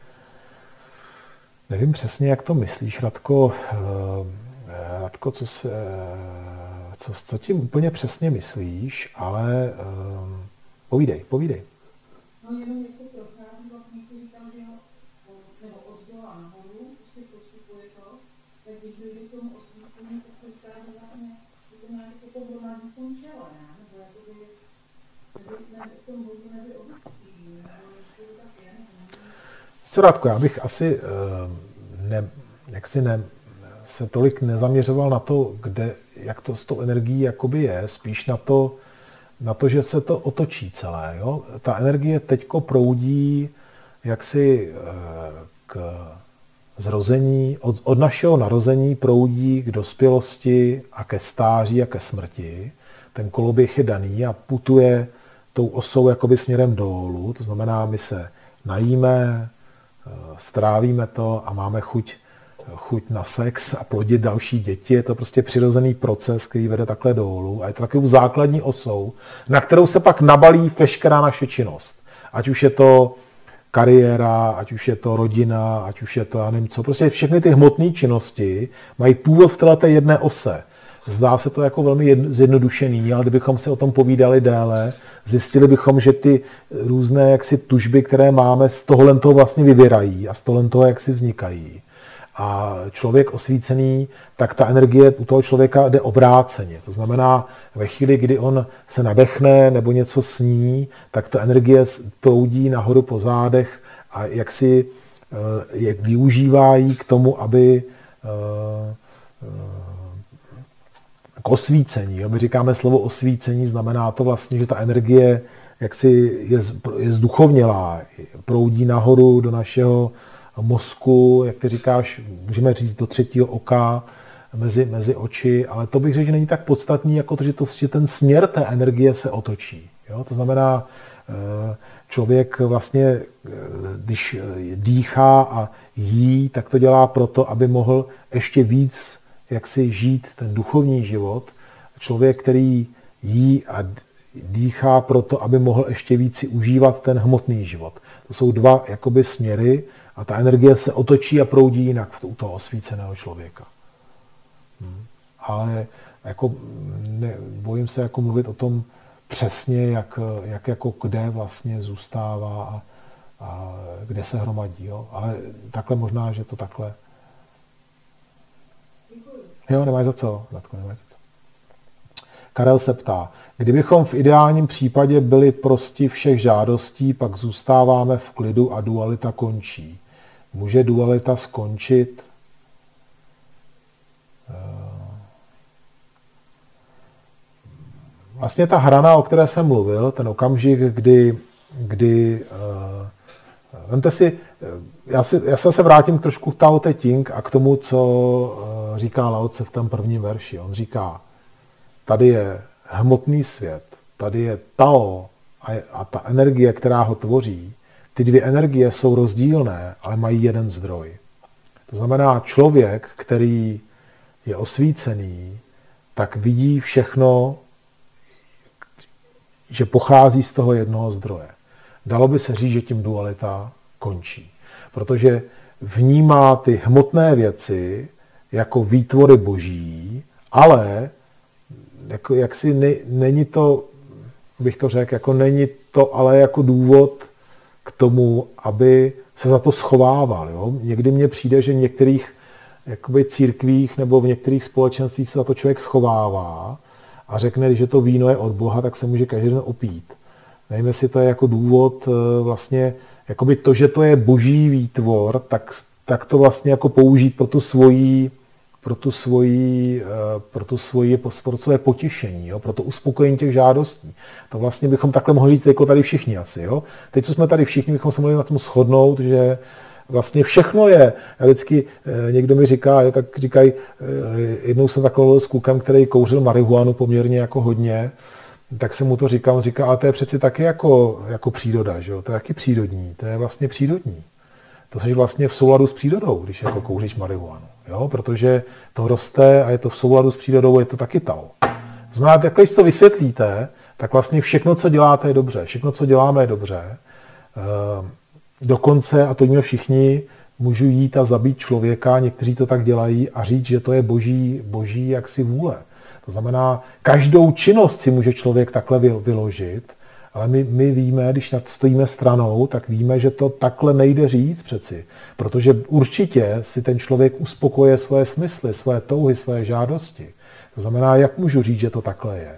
Nevím přesně, jak to myslíš, Radko. Radko, co, se, co, co tím úplně přesně myslíš, ale um, povídej, povídej. No jenom jako prochází, vlastně si říkal, že ho, nebo oddělá nahoru, už si postupuje to, tak když dojde k tomu osvícení, tak se říká, že vlastně že to má jako pohromadí v tom čele, ne? Nebo jakoby mezi, v tom bodu mezi obytím, nebo něco to tak je, Co, Radko, já bych asi ne, jaksi ne, se tolik nezaměřoval na to, kde, jak to s tou energií jakoby je, spíš na to, na to, že se to otočí celé. Jo? Ta energie teďko proudí jaksi k zrození, od, od našeho narození proudí k dospělosti a ke stáří a ke smrti. Ten koloběh je daný a putuje tou osou jakoby směrem dolů. To znamená, my se najíme, strávíme to a máme chuť, chuť na sex a plodit další děti. Je to prostě přirozený proces, který vede takhle dolů. A je to takovou základní osou, na kterou se pak nabalí veškerá naše činnost. Ať už je to kariéra, ať už je to rodina, ať už je to, já nevím co. Prostě všechny ty hmotné činnosti mají původ v této jedné ose. Zdá se to jako velmi zjednodušený, ale kdybychom si o tom povídali déle, zjistili bychom, že ty různé jaksi tužby, které máme, z tohohle toho vlastně vyvěrají a z tohohle toho jaksi vznikají. A člověk osvícený, tak ta energie u toho člověka jde obráceně. To znamená, ve chvíli, kdy on se nadechne nebo něco sní, tak ta energie proudí nahoru po zádech a jaksi je využívají k tomu, aby k osvícení. My říkáme slovo osvícení, znamená to vlastně, že ta energie jaksi je, je zduchovnělá, proudí nahoru do našeho mozku, jak ty říkáš, můžeme říct do třetího oka, mezi, mezi oči, ale to bych řekl, že není tak podstatný, jako to, že, to, že ten směr té energie se otočí. Jo? To znamená, člověk vlastně, když dýchá a jí, tak to dělá proto, aby mohl ještě víc jak si žít ten duchovní život. Člověk, který jí a dýchá proto, aby mohl ještě víc si užívat ten hmotný život. To jsou dva jakoby směry a ta energie se otočí a proudí jinak u toho osvíceného člověka. Hmm. Ale jako ne, bojím se jako mluvit o tom přesně, jak, jak jako kde vlastně zůstává a, a kde se hromadí. Jo? Ale takhle možná, že to takhle. Jo, nemáš za co, Radko, nemáš za co. Karel se ptá, kdybychom v ideálním případě byli prosti všech žádostí, pak zůstáváme v klidu a dualita končí. Může dualita skončit? Vlastně ta hrana, o které jsem mluvil, ten okamžik, kdy, kdy uh, vemte si, já, si, já se vrátím trošku k Tao Te Ching a k tomu, co uh, říká Lao Tse v tom prvním verši. On říká, tady je hmotný svět, tady je Tao a, a ta energie, která ho tvoří. Ty dvě energie jsou rozdílné, ale mají jeden zdroj. To znamená, člověk, který je osvícený, tak vidí všechno, že pochází z toho jednoho zdroje. Dalo by se říct, že tím dualita končí. Protože vnímá ty hmotné věci jako výtvory boží, ale jako, jaksi ne, není to, bych to řekl, jako není to ale jako důvod k tomu, aby se za to schovával. Jo? Někdy mně přijde, že v některých jakoby církvích nebo v některých společenstvích se za to člověk schovává a řekne, že to víno je od Boha, tak se může každý den opít. Nevím, jestli to je jako důvod vlastně, jakoby to, že to je boží výtvor, tak, tak to vlastně jako použít pro tu svoji, pro tu svoji, pro tu svoji, pro své potěšení, jo? Pro to uspokojení těch žádostí. To vlastně bychom takhle mohli říct jako tady všichni asi. Jo? Teď, co jsme tady všichni, bychom se mohli na tom shodnout, že vlastně všechno je. Já vždycky, někdo mi říká, jo, tak říkají, jednou jsem takový mluvil s klukem, který kouřil marihuanu poměrně jako hodně, tak jsem mu to říkal, on říká, ale to je přeci taky jako, jako příroda, že jo? To je taky přírodní, to je vlastně přírodní. To jsi vlastně v souladu s přírodou, když jako kouříš marihuanu, jo? Protože to roste a je to v souladu s přírodou, je to taky Tao. To znamená, takhle, když to vysvětlíte, tak vlastně všechno, co děláte, je dobře. Všechno, co děláme, je dobře. Dokonce, a to víme všichni, můžu jít a zabít člověka, někteří to tak dělají, a říct, že to je boží, boží jaksi vůle. To znamená, každou činnost si může člověk takhle vyložit, ale my, my víme, když stojíme stranou, tak víme, že to takhle nejde říct přeci. Protože určitě si ten člověk uspokoje svoje smysly, svoje touhy, svoje žádosti. To znamená, jak můžu říct, že to takhle je.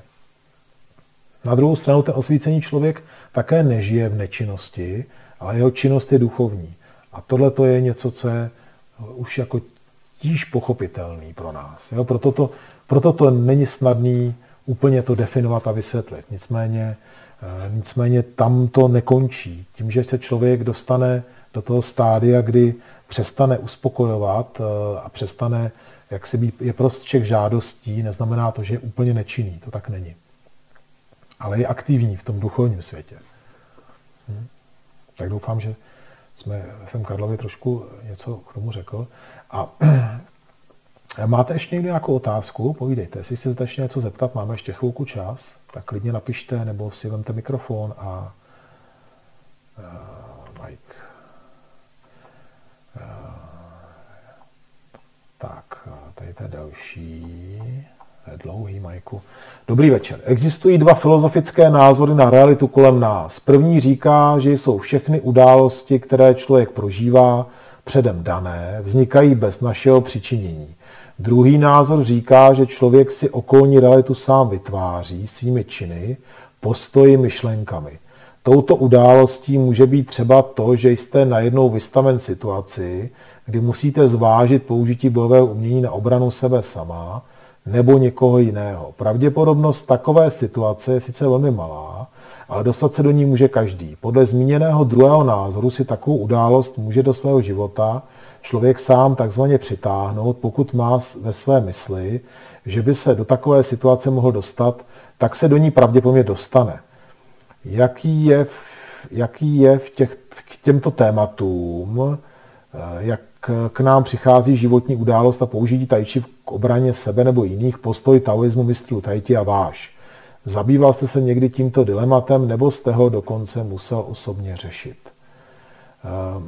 Na druhou stranu ten osvícený člověk také nežije v nečinnosti, ale jeho činnost je duchovní. A tohle to je něco, co je už jako tíž pochopitelný pro nás. Jo? Proto, to, proto to není snadný úplně to definovat a vysvětlit. Nicméně, nicméně tam to nekončí. Tím, že se člověk dostane do toho stádia, kdy přestane uspokojovat a přestane, jak si být, je prostřek žádostí, neznamená to, že je úplně nečinný. To tak není. Ale je aktivní v tom duchovním světě. Hm? Tak doufám, že jsme, jsem Karlovi trošku něco k tomu řekl. A máte ještě někdo nějakou otázku? Povídejte, jestli si chcete ještě něco zeptat, máme ještě chvilku čas, tak klidně napište, nebo si vemte mikrofon a uh, Mike. Uh, tak, tady to je další. Je dlouhý, Majku. Dobrý večer. Existují dva filozofické názory na realitu kolem nás. První říká, že jsou všechny události, které člověk prožívá, předem dané, vznikají bez našeho přičinění. Druhý názor říká, že člověk si okolní realitu sám vytváří svými činy, postoji, myšlenkami. Touto událostí může být třeba to, že jste najednou vystaven situaci, kdy musíte zvážit použití bojového umění na obranu sebe sama, nebo někoho jiného. Pravděpodobnost takové situace je sice velmi malá, ale dostat se do ní může každý. Podle zmíněného druhého názoru si takovou událost může do svého života člověk sám takzvaně přitáhnout, pokud má ve své mysli, že by se do takové situace mohl dostat, tak se do ní pravděpodobně dostane. Jaký je, jaký je v těch, k těmto tématům, jak k nám přichází životní událost a použití tai chi k obraně sebe nebo jiných, postoj taoismu mistrů tai chi a váš. Zabýval jste se někdy tímto dilematem, nebo jste ho dokonce musel osobně řešit? Um,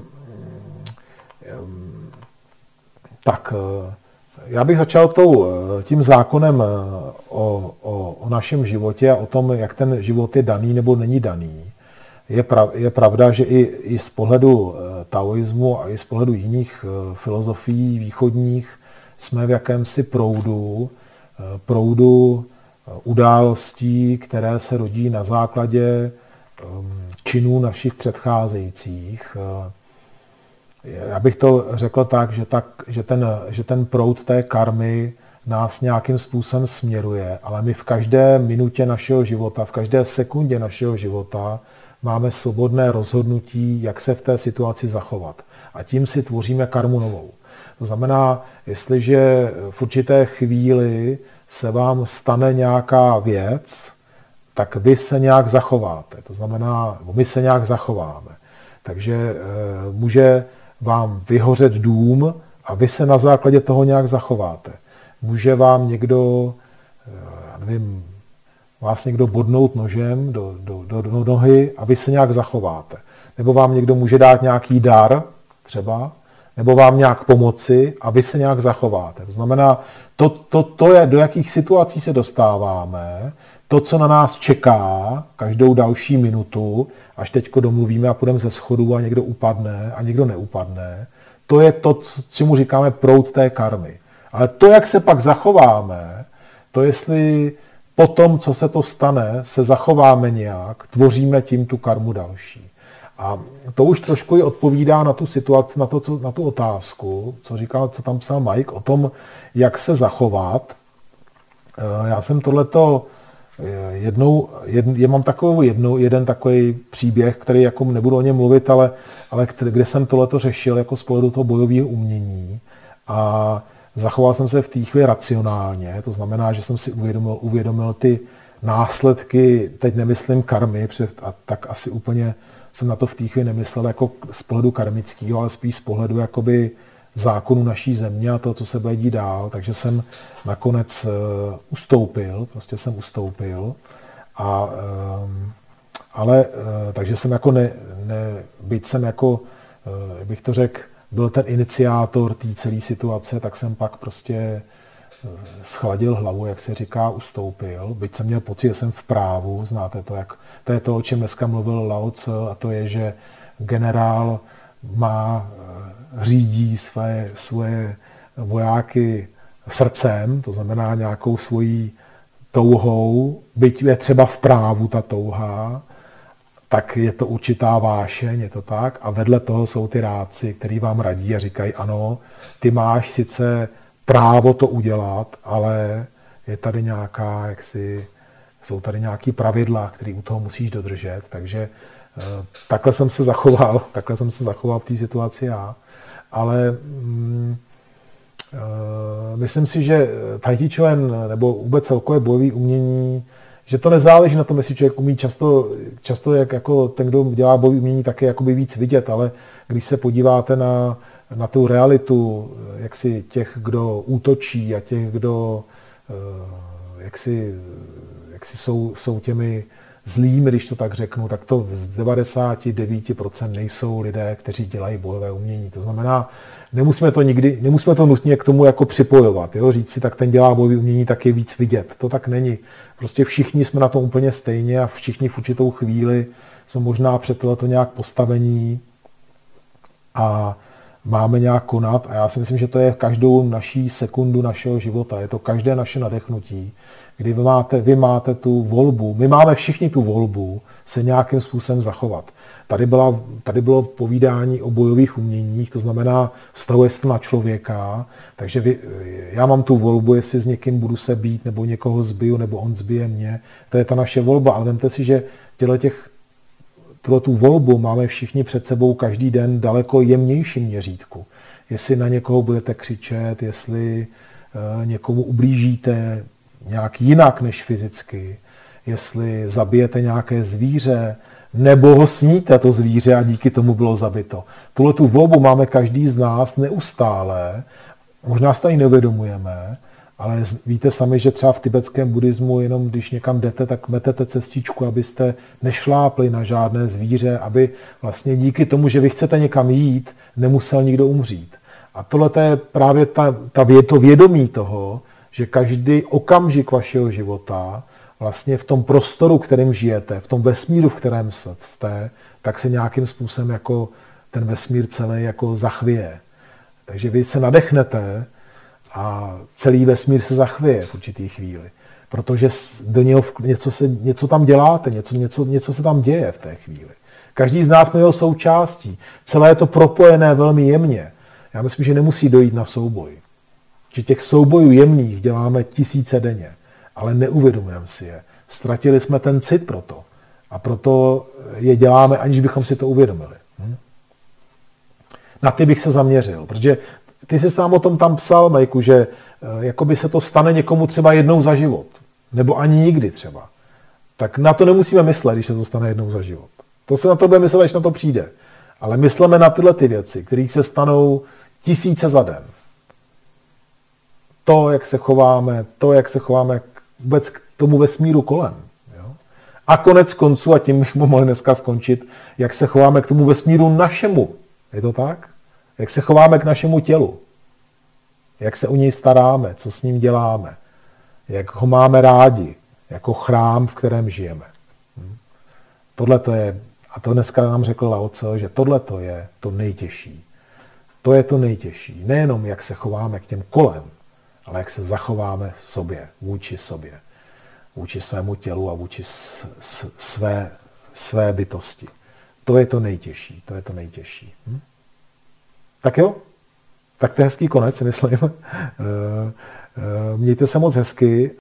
um, tak, já bych začal tou, tím zákonem o, o, o našem životě a o tom, jak ten život je daný nebo není daný. Je, prav, je pravda, že i, i z pohledu taoismu a i z pohledu jiných filozofií východních jsme v jakémsi proudu, proudu událostí, které se rodí na základě činů našich předcházejících. Já bych to řekl tak, že, tak, že, ten, že ten proud té karmy nás nějakým způsobem směruje, ale my v každé minutě našeho života, v každé sekundě našeho života máme svobodné rozhodnutí, jak se v té situaci zachovat. A tím si tvoříme karmu novou. To znamená, jestliže v určité chvíli se vám stane nějaká věc, tak vy se nějak zachováte. To znamená, my se nějak zachováme. Takže e, může vám vyhořet dům a vy se na základě toho nějak zachováte. Může vám někdo, já nevím, vás někdo bodnout nožem do, do, do, do nohy a vy se nějak zachováte. Nebo vám někdo může dát nějaký dar třeba, nebo vám nějak pomoci a vy se nějak zachováte. To znamená, to, to, to je, do jakých situací se dostáváme, to, co na nás čeká každou další minutu, až teďko domluvíme a půjdeme ze schodů a někdo upadne a někdo neupadne, to je to, čemu říkáme proud té karmy. Ale to, jak se pak zachováme, to jestli po tom, co se to stane, se zachováme nějak, tvoříme tím tu karmu další. A to už trošku i odpovídá na tu situaci, na, to, co, na tu otázku, co říkal, co tam psal Mike, o tom, jak se zachovat. Já jsem tohleto jednou, jed, já mám takovou jednou, jeden takový příběh, který jako nebudu o něm mluvit, ale, ale kde jsem tohleto řešil jako z pohledu toho bojového umění a zachoval jsem se v té chvíli racionálně, to znamená, že jsem si uvědomil, uvědomil ty následky, teď nemyslím karmy, a tak asi úplně jsem na to v té chvíli nemyslel jako z pohledu karmického, ale spíš z pohledu jakoby zákonu naší země a toho, co se bude dít dál. Takže jsem nakonec uh, ustoupil, prostě jsem ustoupil. A, um, ale, uh, takže jsem jako ne, ne byť jsem jako, uh, bych to řekl, byl ten iniciátor té celé situace, tak jsem pak prostě uh, schladil hlavu, jak se říká, ustoupil. Byť jsem měl pocit, že jsem v právu, znáte to, jak, to je to, o čem dneska mluvil Lao Tse, a to je, že generál má řídí své, svoje vojáky srdcem, to znamená nějakou svojí touhou, byť je třeba v právu ta touha, tak je to určitá vášeň, je to tak. A vedle toho jsou ty rádci, který vám radí a říkají, ano, ty máš sice právo to udělat, ale je tady nějaká, jaksi, jsou tady nějaký pravidla, které u toho musíš dodržet, takže takhle jsem se zachoval, takhle jsem se zachoval v té situaci já. Ale mm, uh, myslím si, že Tai Chi Chuan nebo vůbec celkové bojové umění, že to nezáleží na tom, jestli člověk umí často, často jak jako ten, kdo dělá bojové umění, tak je jakoby víc vidět, ale když se podíváte na, na tu realitu, jak si těch, kdo útočí a těch, kdo uh, jak si, jak si jsou, jsou těmi zlými, když to tak řeknu, tak to z devadesát devět procent nejsou lidé, kteří dělají bojové umění. To znamená, nemusíme to nikdy, nemusíme to nutně k tomu jako připojovat. Jo? Říct si, tak ten dělá bojové umění, tak je víc vidět. To tak není. Prostě všichni jsme na tom úplně stejně a všichni v určitou chvíli jsme možná před tohleto nějak postavení a máme nějak konat. A já si myslím, že to je každou naší sekundu našeho života. Je to každé naše nadechnutí, kdy vy máte, vy máte tu volbu, my máme všichni tu volbu se nějakým způsobem zachovat. Tady, byla, tady bylo povídání o bojových uměních, to znamená, vztahuje se to na člověka, takže vy, já mám tu volbu, jestli s někým budu se bít, nebo někoho zbiju, nebo on zbije mě. To je ta naše volba, ale vemte si, že těle těch, tuhle tu volbu máme všichni před sebou každý den daleko jemnějším měřítku. Jestli na někoho budete křičet, jestli uh, někomu ublížíte, nějak jinak než fyzicky, jestli zabijete nějaké zvíře, nebo ho sníte to zvíře a díky tomu bylo zabito. Tuhle tu volbu máme každý z nás neustále, možná si to i neuvědomujeme, ale víte sami, že třeba v tibetském buddhismu, jenom když někam jdete, tak metete cestičku, abyste nešlápli na žádné zvíře, aby vlastně díky tomu, že vy chcete někam jít, nemusel nikdo umřít. A tohle je právě ta, ta, to vědomí toho, že každý okamžik vašeho života, vlastně v tom prostoru, kterým žijete, v tom vesmíru, v kterém jste, tak se nějakým způsobem jako ten vesmír celý jako zachvěje. Takže vy se nadechnete a celý vesmír se zachvěje v určitý chvíli. protože do něho něco, se, něco tam děláte, něco, něco, něco se tam děje v té chvíli. Každý z nás jsme jeho součástí. Celé je to propojené velmi jemně. Já myslím, že nemusí dojít na souboj. Že těch soubojů jemných děláme tisíce denně, ale neuvědomujeme si je. Ztratili jsme ten cit pro to. A proto je děláme, aniž bychom si to uvědomili. Hm? Na ty bych se zaměřil, protože ty jsi sám o tom tam psal, Majku, že jakoby se to stane někomu třeba jednou za život. Nebo ani nikdy třeba. Tak na to nemusíme myslet, když se to stane jednou za život. To se na to bude myslet, až na to přijde. Ale myslíme na tyhle ty věci, kterých se stanou tisíce za den. To, jak se chováme, to, jak se chováme vůbec k tomu vesmíru kolem. Jo? A konec konců, a tím bychom mohli dneska skončit, jak se chováme k tomu vesmíru našemu. Je to tak? Jak se chováme k našemu tělu. Jak se o něj staráme, co s ním děláme. Jak ho máme rádi, jako chrám, v kterém žijeme. Tohle to je, a to dneska nám řekl Lao Tse, že tohle to je to nejtěžší. To je to nejtěžší. Nejenom jak se chováme k těm kolem, ale jak se zachováme v sobě, vůči sobě, vůči svému tělu a vůči s, s, své, své bytosti. To je to nejtěžší, to je to nejtěžší. Hm? Tak jo, tak to je hezký konec, si myslím. Mějte se moc hezky